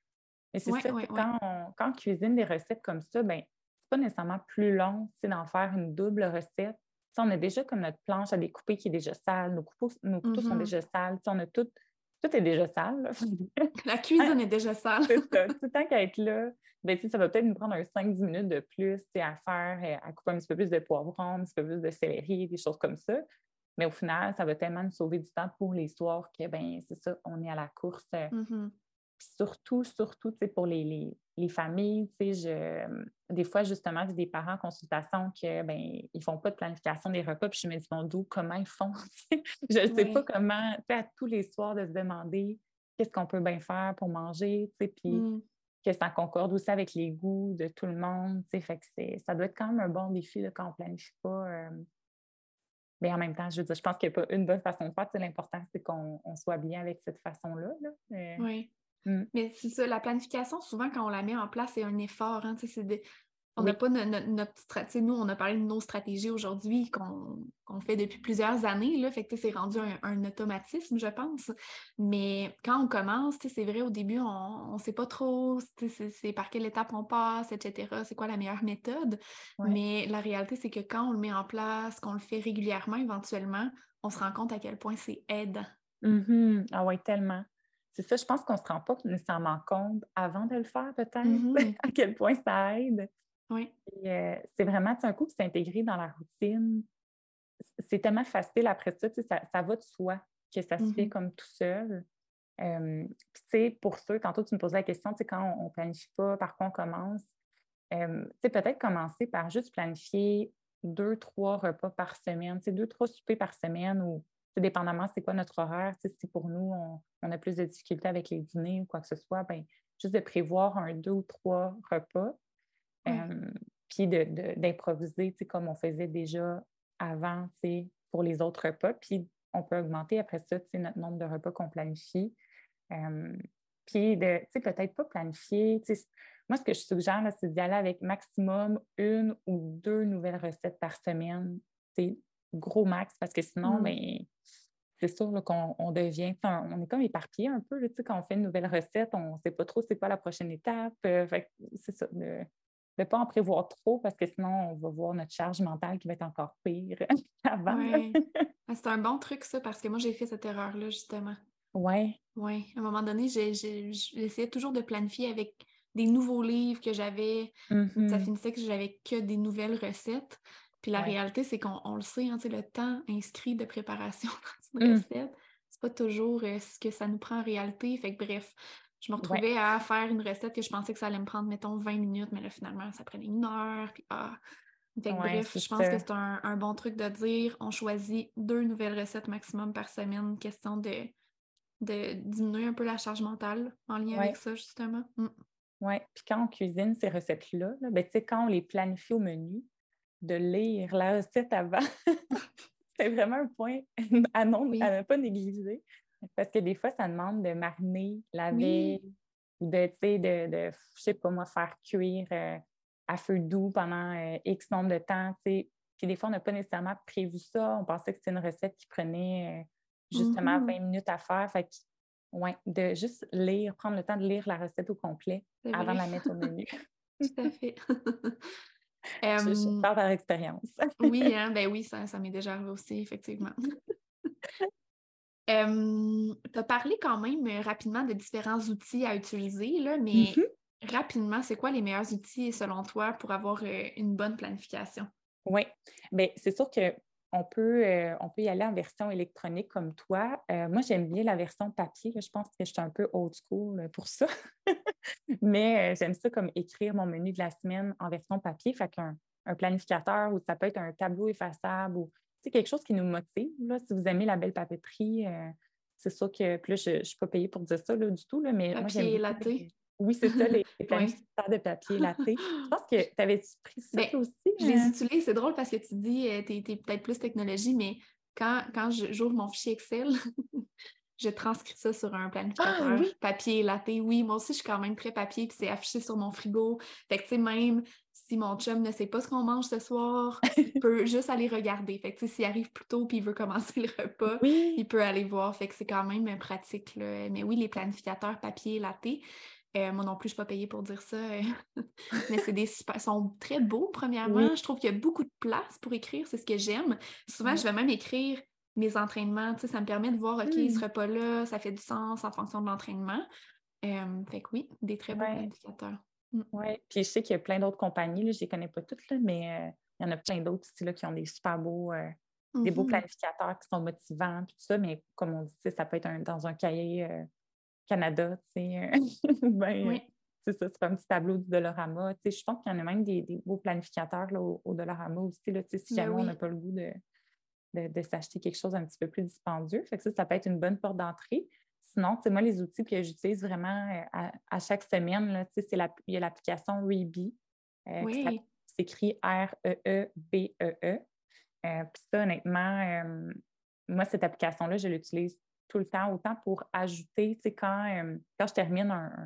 Et c'est Ouais, ça, tu ouais, sais, ouais. quand on, quand on cuisine des recettes comme ça, ben, c'est pas nécessairement plus long, tu sais, d'en faire une double recette. Tu sais, on a déjà comme notre planche à découper qui est déjà sale, nos couteaux, nos couteaux sont Mhm. déjà sales, tu sais, on a tout, tout est déjà sale. Là. La Hein, cuisine est déjà sale. c'est ça. Tout le temps qu'à être là, ben, tu sais, ça va peut-être nous prendre un cinq dix minutes de plus tu sais, à faire, euh, à couper un petit peu plus de poivrons, un petit peu plus de céleri, des choses comme ça. Mais au final, ça va tellement nous sauver du temps pour les soirs que, ben, c'est ça, on est à la course. euh, Mhm. puis surtout, surtout, tu sais, pour les, les, les familles, tu sais, je, des fois, justement, j'ai des parents en consultation que, ben, ils font pas de planification des repas, puis je me dis, bon, d'où, comment ils font? Je ne sais pas Ouais. comment, tu sais, à tous les soirs, de se demander qu'est-ce qu'on peut bien faire pour manger, tu sais, puis Mm. que ça concorde aussi avec les goûts de tout le monde, tu sais, fait que c'est, ça doit être quand même un bon défi, là, quand on planifie pas. euh. Mais en même temps, je veux dire, je pense qu'il n'y a pas une bonne façon de faire, tu sais, l'important, c'est qu'on on soit bien avec cette façon-là, là. Euh, Oui. mm. Mais c'est ça, la planification, souvent, quand on la met en place, c'est un effort. Hein, tu sais, c'est de- On n'a Oui. pas no no notre stratégie. Nous, on a parlé de nos stratégies aujourd'hui qu'on qu'on fait depuis plusieurs années, là, fait que, tu sais, c'est rendu un un automatisme, je pense. Mais quand on commence, tu sais, c'est vrai, au début, on on sait pas trop, tu sais, c'est c'est par quelle étape on passe, et cetera. C'est quoi la meilleure méthode? Ouais. Mais la réalité, c'est que quand on le met en place, qu'on le fait régulièrement, éventuellement, on se rend compte à quel point c'est aidant. Mmh. Ah ouais, tellement. C'est ça, je pense qu'on se rend pas nécessairement compte avant de le faire peut-être, Mmh. à quel point ça aide. Oui. Et heu, c'est vraiment, tu sais, un coup que c'est intégré dans la routine, c c'est tellement facile après ça, tu sais, ça ça va de soi que ça se fait Mmh. comme tout seul. Hem, puis tu sais, pour ceux tantôt tu me posais la question, tu sais, quand on on planifie pas, par quoi on commence? Hem, tu sais, peut-être commencer par juste planifier deux trois repas par semaine, tu sais, deux trois soupers par semaine ou tu sais, dépendamment c'est quoi notre horaire, tu sais, si pour nous, on on a plus de difficultés avec les dîners ou quoi que ce soit, ben juste de prévoir un deux ou trois repas, Oui. hem, puis de de d'improviser, tu sais, comme on faisait déjà avant, tu sais, pour les autres repas. Puis on peut augmenter après ça, tu sais, notre nombre de repas qu'on planifie. Hem, puis de tu sais, peut-être pas planifier, tu sais, moi, ce que je suggère, là, c'est d'y aller avec maximum une ou deux nouvelles recettes par semaine, c'est gros max, parce que sinon, Mmh. ben, c'est sûr, là, qu'on on devient, tu sais, on on est comme éparpillé un peu, là, tu sais, quand on fait une nouvelle recette, on sait pas trop c'est quoi la prochaine étape, heu, fait que c'est ça, de de pas en prévoir trop parce que sinon, on va voir notre charge mentale qui va être encore pire qu'avant, là. Ouais. Ah, c'est un bon truc ça, parce que moi, j'ai fait cette erreur-là, justement. Ouais. Ouais, à un moment donné, j'ai j'ai j'essayais toujours de planifier avec des nouveaux livres que j'avais, mais ça Mmh. finissait que j'avais que des nouvelles recettes. Puis la Ouais. réalité, c'est qu'on on le sait, hein, tu sais, le temps inscrit de préparation dans une Mmh. recette, c'est pas toujours, heu, ce que ça nous prend en réalité. Fait que bref, je me Ouais. retrouvais à faire une recette que je pensais que ça allait me prendre, mettons, vingt minutes, mais là, finalement, ça prenait une heure, puis ah! Fait que Ouais, bref, c'est je pense que ça. c'est un un bon truc de dire, on choisit deux nouvelles recettes maximum par semaine, question de de diminuer un peu la charge mentale en lien avec Ouais. ça, justement. Mmh. Ouais, puis quand on cuisine ces recettes-là, là, ben, tu sais, quand on les planifie au menu, de lire la recette avant, c'est vraiment un point à non à Oui. ne pas négliger. Parce que des fois, ça demande de mariner la Oui. veille ou de, tu sais, de de, je sais pas moi, faire cuire, heu, à feu doux pendant, heu, X nombre de temps, tu sais. Puis des fois, on n'a pas nécessairement prévu ça. On pensait que c'était une recette qui prenait, heu, justement Mmh. vingt minutes à faire. Fait que ouais, de juste lire, prendre le temps de lire la recette au complet C'est avant de vrai, la mettre au menu. tout à fait. Je je Hem, parle par expérience. oui, hein, ben oui, ça ça m'est déjà arrivé aussi, effectivement. Hem, tu as parlé quand même, heu, rapidement de différents outils à utiliser, là, mais Mmh. rapidement, c'est quoi les meilleurs outils selon toi pour avoir, heu, une bonne planification? Oui, beh, c'est sûr qu'on peut, heu, on peut y aller en version électronique comme toi. Heu, moi, j'aime bien la version papier, là, je pense que je suis un peu old school, heu, pour ça. Mais, heu, j'aime ça comme écrire mon menu de la semaine en version papier. Fait qu'un un planificateur ou ça peut être un tableau effaçable ou, tu sais, quelque chose qui nous motive, là. Si vous aimez la belle papeterie, heu, c'est sûr que puis là, je ne suis pas payée pour dire ça, là, du tout, là, mais moi, j'aime Papier et beaucoup latte? les oui, c'est ça, les les Oui. planificateurs de papier latte. Je pense que tu avais-tu pris ça, Ben, toi aussi, je les heu? utilise, c'est drôle parce que tu dis, heu, tu es peut-être plus technologie, mais quand quand je j'ouvre mon fichier Excel, je transcris ça sur un Ah planificateur oui! papier et latte. Oui, moi aussi, je suis quand même très papier, puis c'est affiché sur mon frigo. Fait que, tu sais, même si mon chum ne sait pas ce qu'on mange ce soir, il peut juste aller regarder. Fait que, tu sais, s'il arrive plus tôt puis il veut commencer le repas, Oui! il peut aller voir. Fait que c'est quand même, heu, pratique, là. Mais oui, les planificateurs papier et latte, heu, moi non plus, je suis pas payée pour dire ça, heu, mais c'est des super sont très beaux, Oui, premièrement. Je trouve qu'il y a beaucoup de place pour écrire, c'est ce que j'aime. Souvent, je ouais. vais même écrire mes entraînements, tu sais, ça me permet de voir, OK, ce Mmh. repas-là, ça fait du sens en fonction de l'entraînement. Hem, fait que oui, des très beaux Ouais, planificateurs. Mmh. ouais. Puis je sais qu'il y a plein d'autres compagnies, là, je les connais pas toutes, là, mais heu, il y en a plein d'autres aussi, là, qui ont des super beaux, heu, des beaux Mmh. planificateurs qui sont motivants puis tout ça, mais comme on dit, tu sais, ça peut être un dans un cahier, heu, Canada, tu sais, heu, ou bien, heu, Oui. c'est ça, c'est pas un petit tableau du Dollarama. Tu sais, je pense qu'il y en a même des des beaux planificateurs, là, au au Dollarama aussi, là, tu sais, si Ben jamais on n'a oui. pas le goût de de de s'acheter quelque chose un petit peu plus dispendieux. Fait que ça, ça peut être une bonne porte d'entrée. Sinon, tu sais, moi, les outils que j'utilise vraiment, heu, à à chaque semaine, là, tu sais, c'est l'app il y a l'application Reebee, heu, qui s'app Oui. s'écrit R E E B E E. Heu, puis ça, honnêtement, hem, moi, cette application-là, je l'utilise tout le temps, autant pour ajouter, tu sais, quand, hem, quand je termine un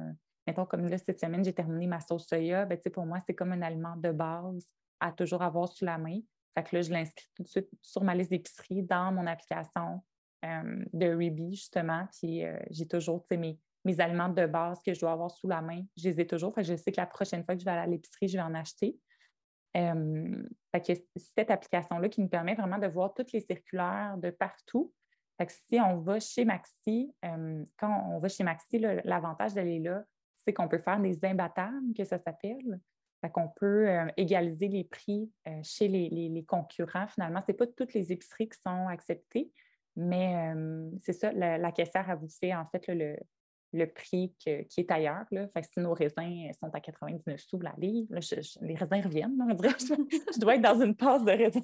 mettons, comme là, cette semaine, j'ai terminé ma sauce soya, ben, tu sais, pour moi, c'est comme un aliment de base à toujours avoir sous la main. Fait que là, je l'inscris tout de suite sur ma liste d'épicerie dans mon application euh, de Reebee, justement. Puis euh, j'ai toujours, tu sais, mes, mes aliments de base que je dois avoir sous la main, je les ai toujours. Fait que je sais que la prochaine fois que je vais aller à l'épicerie, je vais en acheter. Euh, fait que c'est cette application-là qui nous permet vraiment de voir toutes les circulaires de partout. Fait que si on va chez Maxi, euh, quand on va chez Maxi, là, l'avantage d'aller là, c'est qu'on peut faire des imbattables, que ça s'appelle. Fait qu'on peut euh, égaliser les prix euh, chez les, les- les concurrents. Finalement, ce n'est pas toutes les épiceries qui sont acceptées, mais euh, c'est ça, la, la caissière, elle vous fait en fait là, le, le prix que- qui est ailleurs. Là. Fait que si nos raisins sont à quatre-vingt-dix-neuf sous la livre, là, je- je- les raisins reviennent. Là, on dirait que je, je dois être dans une passe de raisins.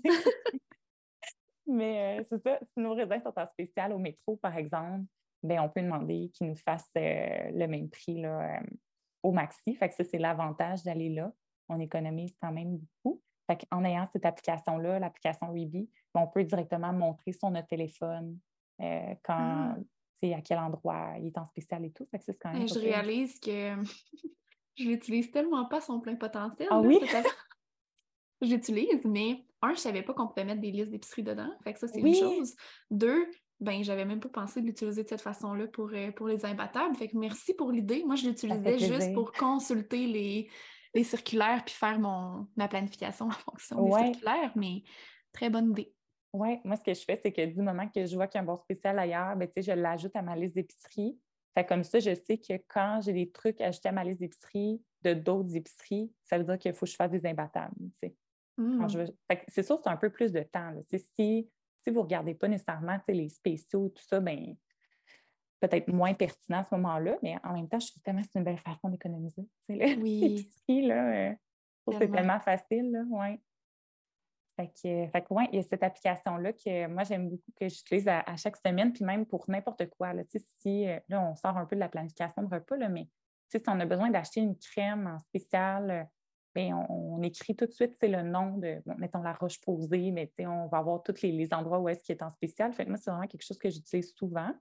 Mais euh, c'est ça, si nos raisins sont en spécial au métro, par exemple, ben, on peut demander qu'ils nous fassent euh, le même prix là, euh, au maxi. Fait que ça, c'est l'avantage d'aller là. On économise quand même beaucoup. Fait qu'en ayant cette application-là, l'application Reebee, ben, on peut directement montrer sur notre téléphone euh, quand, Ah. tu sais, à quel endroit il est en spécial et tout. Fait que ça, c'est quand même Ben, pas je pire. réalise que je l'utilise tellement pas à son plein potentiel, Ah là, oui? cette app- J'utilise, mais un, je savais pas qu'on pouvait mettre des listes d'épicerie dedans. Fait que ça, c'est une Oui! chose. Deux, ben, j'avais même pas pensé de l'utiliser de cette façon-là pour, euh, pour les imbattables. Fait que merci pour l'idée. Moi, je Ça fait l'utilisais juste plaisir. pour consulter les, les circulaires puis faire mon, ma planification en fonction des Ouais. circulaires, mais très bonne idée. Oui, moi, ce que je fais, c'est que du moment que je vois qu'il y a un bon spécial ailleurs, ben, tu sais, je l'ajoute à ma liste d'épicerie. Fait comme ça, je sais que quand j'ai des trucs ajoutés à ma liste d'épicerie de d'autres épiceries, ça veut dire qu'il faut que je fasse des imbattables. Tu sais. Quand je Hmm. veux- fait que c'est sûr, c'est un peu plus de temps. Là. Tu sais, Si, si vous ne regardez pas nécessairement tu sais, les spéciaux et tout ça, ben, peut-être moins pertinent à ce moment-là, mais en même temps, je trouve tellement que c'est une belle façon d'économiser. Tu sais, là. Oui, L'épicerie, là, euh, je trouve que c'est tellement. tellement facile. Là, ouais. Fait que, fait que ouais, il y a cette application-là que moi, j'aime beaucoup, que j'utilise à, à chaque semaine, puis même pour n'importe quoi. Là, Tu sais, si, euh, là, on sort un peu de la planification de repas, là, mais tu sais, si on a besoin d'acheter une crème en spécial, euh, ben, on, on écrit tout de suite c'est le nom de, bon, mettons, la roche posée, mais tu sais, on va avoir tous les, les endroits où est-ce qu'il est en spécial. Fait que moi, c'est vraiment quelque chose que j'utilise souvent.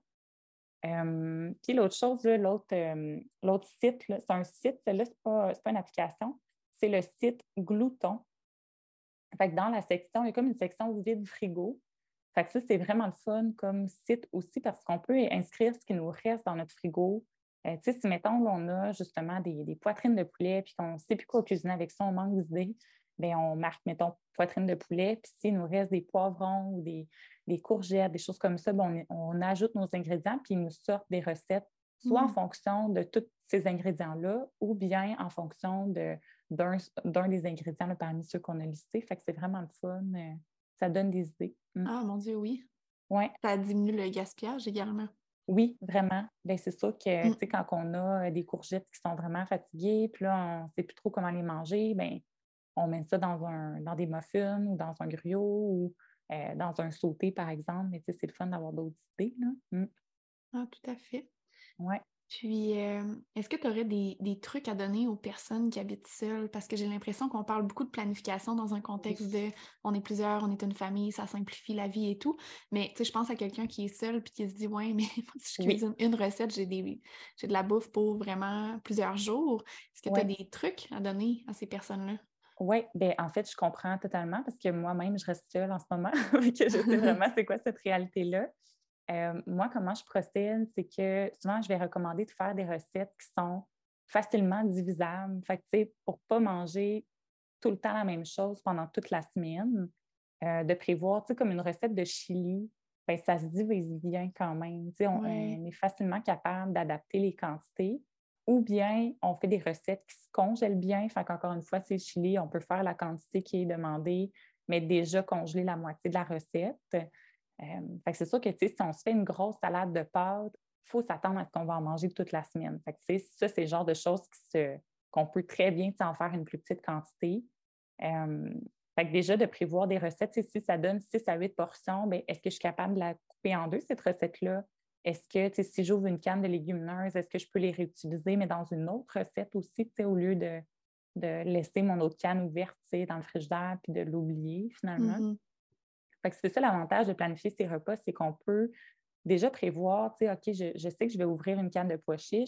Euh, puis l'autre chose, là, l'autre, euh, l'autre site, là, c'est un site, là, c'est pas, c'est pas une application, c'est le site Glouton. Fait que dans la section, il y a comme une section vide frigo. Fait que ça, c'est vraiment le fun comme site aussi parce qu'on peut inscrire ce qui nous reste dans notre frigo. Euh, tu sais, si, mettons, là, on a justement des, des poitrines de poulet puis qu'on ne sait plus quoi cuisiner avec ça, on manque d'idées, bien, on marque, mettons, poitrine de poulet. Puis s'il nous reste des poivrons ou des, des courgettes, des choses comme ça, bien, on, on ajoute nos ingrédients puis ils nous sortent des recettes, soit en Hmm. fonction de tous ces ingrédients-là ou bien en fonction de d'un, d'un des ingrédients là, parmi ceux qu'on a listés. Fait que c'est vraiment le fun. euh, ça donne des idées. Mm. Ah, mon Dieu, oui. Ouais. Ça diminue le gaspillage également. Oui, vraiment. Ben, c'est sûr que, tu sais, Hmm. quand on a euh, des courgettes qui sont vraiment fatiguées, puis là, on ne sait plus trop comment les manger, ben, on met ça dans, un, dans des muffins ou dans un gruau ou euh, dans un sauté, par exemple. Mais tu sais, c'est le fun d'avoir d'autres idées, là. Mm. Ah, tout à fait. Ouais. Puis, euh, est-ce que tu aurais des, des trucs à donner aux personnes qui habitent seules? Parce que j'ai l'impression qu'on parle beaucoup de planification dans un Oui. contexte de on est plusieurs, on est une famille, ça simplifie la vie et tout. Mais tu sais, je pense à quelqu'un qui est seul puis qui se dit ouais, mais moi, si je Oui. cuisine une recette, j'ai des j'ai de la bouffe pour vraiment plusieurs jours. Est-ce que tu as Oui. des trucs à donner à ces personnes-là? Oui, ben en fait, je comprends totalement parce que moi-même, je reste seule en ce moment, et que je sais vraiment c'est quoi cette réalité-là. Euh, moi, comment je procède, c'est que souvent, je vais recommander de faire des recettes qui sont facilement divisables. Fait que, tu sais, pour ne pas manger tout le temps la même chose pendant toute la semaine, euh, de prévoir, tu sais, comme une recette de chili, ben, ça se divise bien quand même. Tu sais, on, Ouais. on est facilement capable d'adapter les quantités. Ou bien, on fait des recettes qui se congèlent bien. Fait qu'encore une fois, c'est le chili, on peut faire la quantité qui est demandée, mais déjà congeler la moitié de la recette. Euh, fait que c'est sûr que, tu sais, si on se fait une grosse salade de pâtes, il faut s'attendre à ce qu'on va en manger toute la semaine. Fait que, tu sais, ça, c'est le genre de choses qui se, qu'on peut très bien, tu sais, en faire une plus petite quantité. Euh, fait que déjà, de prévoir des recettes, si ça donne six à huit portions, bien, est-ce que je suis capable de la couper en deux, cette recette-là? Est-ce que, si j'ouvre une canne de légumineuses, est-ce que je peux les réutiliser, mais dans une autre recette aussi, au lieu de, de laisser mon autre canne ouverte dans le frigidaire puis de l'oublier finalement? Mhm. Fait que c'est ça l'avantage de planifier ses repas, c'est qu'on peut déjà prévoir, tu sais, OK, je, je sais que je vais ouvrir une canne de pois chiches,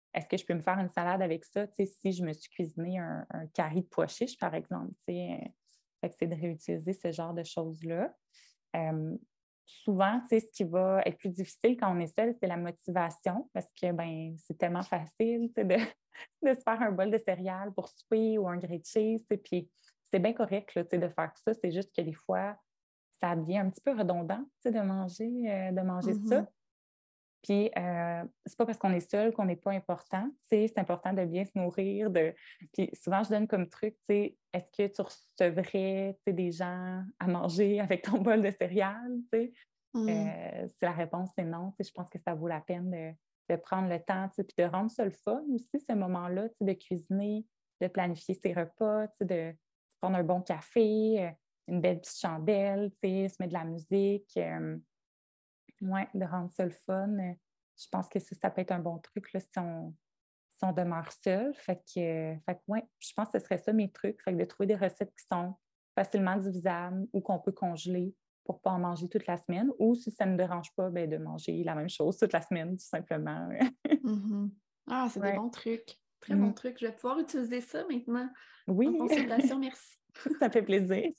est-ce que je peux me faire une salade avec ça, tu sais, si je me suis cuisiné un, un curry de pois chiches, par exemple, tu sais. euh, Fait que c'est de réutiliser ce genre de choses-là. Euh, Souvent, tu sais, ce qui va être plus difficile quand on est seul, c'est la motivation parce que ben c'est tellement facile, tu sais, de, de se faire un bol de céréales pour souper ou un grilled cheese, tu sais, puis c'est bien correct, là, tu sais, de faire ça. C'est juste que des fois, ça devient un petit peu redondant, tu sais, de manger, euh, de manger ça. Mhm. Puis, euh, c'est pas parce qu'on est seul qu'on n'est pas important. Tu sais, c'est important de bien se nourrir. De... Puis, souvent, je donne comme truc, tu sais, est-ce que tu recevrais, tu sais, des gens à manger avec ton bol de céréales, tu sais? Mm. Euh, si la réponse est non, tu sais, je pense que ça vaut la peine de, de prendre le temps, tu sais, puis de rendre ça le fun aussi, ce moment-là, tu sais, de cuisiner, de planifier ses repas, tu sais, de prendre un bon café, euh, une belle petite chandelle, tu sais, se mettre de la musique. euh, oui, de rendre ça le fun. Euh, Je pense que ça, ça peut être un bon truc là, si on, si on demeure seul. Fait que, euh, fait que ouais, je pense que ce serait ça mes trucs. Fait que de trouver des recettes qui sont facilement divisables ou qu'on peut congeler pour ne pas en manger toute la semaine. Ou si ça ne me dérange pas, ben, de manger la même chose toute la semaine, tout simplement. Mhm. Ah, c'est des Ouais. bons trucs. Très bons Mm. trucs. Je vais pouvoir utiliser ça maintenant en Oui, consultation. Merci. ça fait plaisir.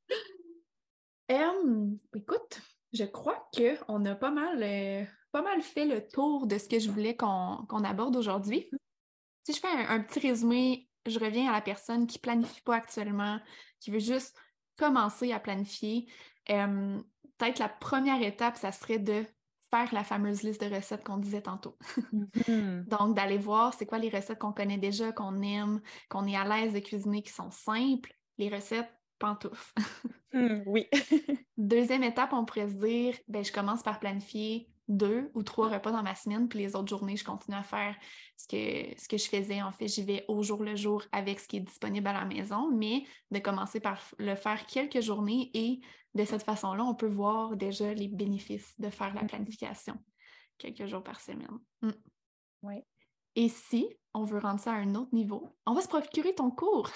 Euh, écoute, je crois qu'on a pas mal, euh, pas mal fait le tour de ce que je voulais qu'on qu'on aborde aujourd'hui. Si je fais un, un petit résumé, je reviens à la personne qui planifie pas actuellement, qui veut juste commencer à planifier. Euh, peut-être la première étape, ça serait de faire la fameuse liste de recettes qu'on disait tantôt. Mhm. Donc, d'aller voir c'est quoi les recettes qu'on connaît déjà, qu'on aime, qu'on est à l'aise de cuisiner, qui sont simples, les recettes pantoufles. Mm, oui. Deuxième étape, on pourrait se dire, ben, je commence par planifier deux ou trois repas dans ma semaine, puis les autres journées, je continue à faire ce que, ce que je faisais. En fait, j'y vais au jour le jour avec ce qui est disponible à la maison, mais de commencer par le faire quelques journées et de cette façon-là, on peut voir déjà les bénéfices de faire la planification quelques jours par semaine. Mm. Oui. Et si on veut rendre ça à un autre niveau, on va se procurer ton cours.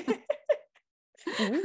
Oui.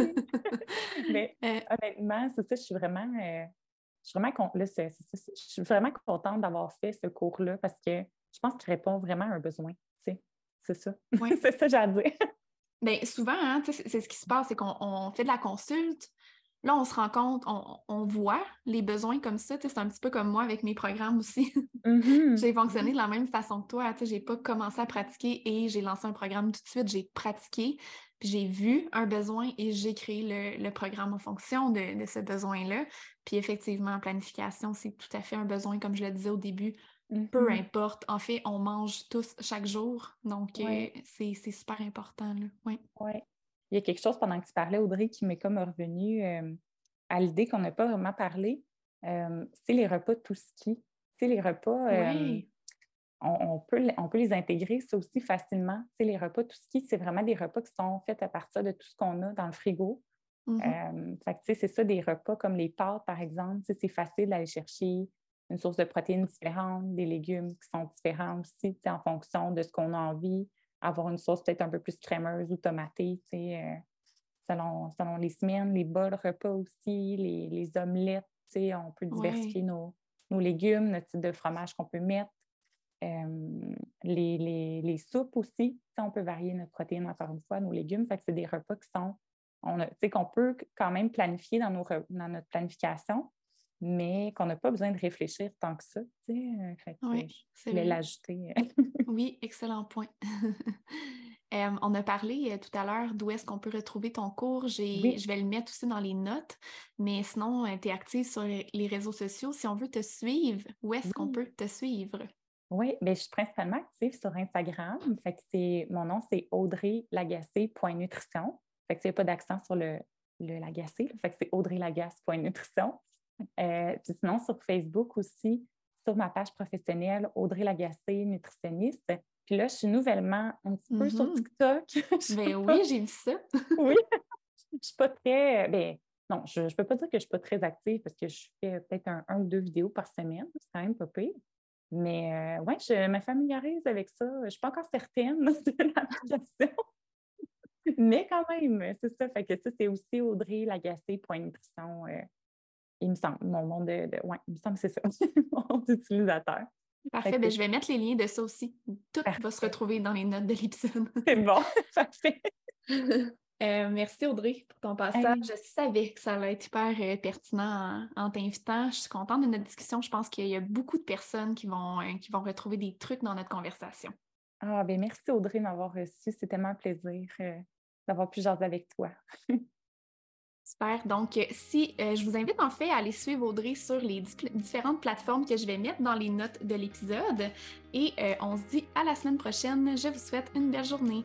Mais Euh, honnêtement, c'est ça, je suis vraiment, euh, je suis vraiment, con- là, c'est- c'est- c'est- je suis vraiment contente d'avoir fait ce cours-là parce que je pense qu'il répond vraiment à un besoin. Tu sais, c'est ça. ouais. C'est ça que j'ai à dire. Bien, souvent, hein, tu sais, c'est c'est ce qui se passe, c'est qu'on on fait de la consulte. Là, on se rend compte, on, on voit les besoins comme ça. Tu sais, c'est un petit peu comme moi avec mes programmes aussi. Mhm. J'ai fonctionné Oui. de la même façon que toi. Tu sais, j'ai pas commencé à pratiquer et j'ai lancé un programme tout de suite. J'ai pratiqué, puis j'ai vu un besoin et j'ai créé le, le programme en fonction de, de ce besoin-là. Puis effectivement, en planification, c'est tout à fait un besoin, comme je le disais au début, peu Mhm. importe. En fait, on mange tous chaque jour, donc euh, Ouais, c'est c'est super important, là. Oui. ouais. Il y a quelque chose pendant que tu parlais, Audrey, qui m'est comme revenu euh, à l'idée qu'on n'a pas vraiment parlé. Euh, c'est les repas tout ski. Tu sais, les repas, euh, Oui. on, on peut, on peut les intégrer, ça aussi, facilement. Tu sais, les repas tout ski, c'est vraiment des repas qui sont faits à partir de tout ce qu'on a dans le frigo. Mhm. Euh, fait que, tu sais, c'est ça, des repas comme les pâtes, par exemple. Tu sais, c'est facile d'aller chercher une source de protéines différente, des légumes qui sont différents aussi, tu sais, en fonction de ce qu'on a envie. Avoir une sauce peut-être un peu plus crémeuse ou tomatée, tu sais, euh, selon, selon les semaines, les bols repas aussi, les, les omelettes, tu sais, on peut diversifier Oui. nos, nos légumes, notre type de fromage qu'on peut mettre. Euh, les, les, les soupes aussi, tu sais, on peut varier notre protéine encore une fois, nos légumes. Fait que c'est des repas qui sont, on a, tu sais, qu'on peut quand même planifier dans, nos, re- dans notre planification, mais qu'on n'a pas besoin de réfléchir tant que ça. Tu sais. Euh, Fait que Oui, je c'est voulais vrai. l'ajouter. Oui, excellent point. Euh, on a parlé euh, tout à l'heure d'où est-ce qu'on peut retrouver ton cours. J'ai, Oui, je vais le mettre aussi dans les notes, mais sinon, tu es active sur les, les réseaux sociaux. Si on veut te suivre, où est-ce qu'on oui, peut te suivre? oui. Ben, je suis principalement active sur Instagram. Fait que c'est, mon nom, c'est audreylagacé.nutrition. Fait que il n'y a pas d'accent sur le, le Lagacé. Fait que c'est audreylagace.nutrition. Euh, puis sinon, sur Facebook aussi, sur ma page professionnelle, Audrey Lagacé, nutritionniste. Puis là, je suis nouvellement un petit peu sur Mhm. TikTok. Je sais Ben oui, pas. j'ai vu ça. Oui, je suis pas très. Ben, non, je ne peux pas dire que je ne suis pas très active parce que je fais peut-être un, un ou deux vidéos par semaine. C'est quand même pas pire. Mais euh, ouais, je me familiarise avec ça. Je ne suis pas encore certaine de l'application. Mais quand même, c'est ça. Fait que ça, c'est aussi Audrey Lagacé.nutrition. Euh, il me semble, mon nom de, de ouais, il me semble que c'est ça, mon nom d'utilisateur. Parfait, ben, je vais mettre les liens de ça aussi. Tout Parfait. va se retrouver dans les notes de l'épisode. C'est bon, parfait. Euh, merci Audrey pour ton passage. Hey. Je savais que ça allait être hyper euh, pertinent en, en t'invitant. Je suis contente de notre discussion. Je pense qu'il y a beaucoup de personnes qui vont, euh, qui vont retrouver des trucs dans notre conversation. Ah, ben merci Audrey de m'avoir reçue. C'est tellement un plaisir euh, d'avoir pu jaser avec toi. Super. Donc, euh, si euh, je vous invite en fait à aller suivre Audrey sur les di- différentes plateformes que je vais mettre dans les notes de l'épisode. Et euh, on se dit à la semaine prochaine. Je vous souhaite une belle journée.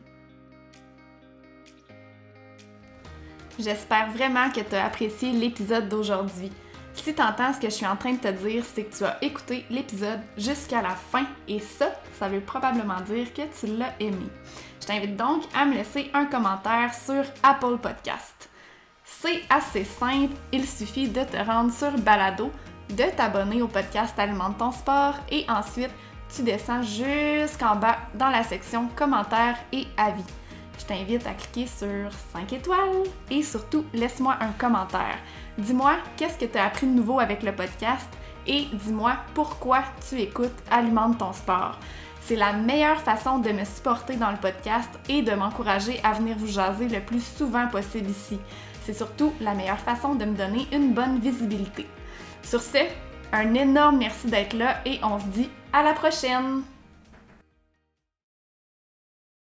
J'espère vraiment que tu as apprécié l'épisode d'aujourd'hui. Si tu entends ce que je suis en train de te dire, c'est que tu as écouté l'épisode jusqu'à la fin et ça, ça veut probablement dire que tu l'as aimé. Je t'invite donc à me laisser un commentaire sur Apple Podcast. C'est assez simple, il suffit de te rendre sur Balado, de t'abonner au podcast Alimente ton sport et ensuite tu descends jusqu'en bas dans la section commentaires et avis. Je t'invite à cliquer sur cinq étoiles et surtout, laisse-moi un commentaire. Dis-moi qu'est-ce que tu as appris de nouveau avec le podcast et dis-moi pourquoi tu écoutes Alimente ton sport. C'est la meilleure façon de me supporter dans le podcast et de m'encourager à venir vous jaser le plus souvent possible ici. C'est surtout la meilleure façon de me donner une bonne visibilité. Sur ce, un énorme merci d'être là et on se dit à la prochaine!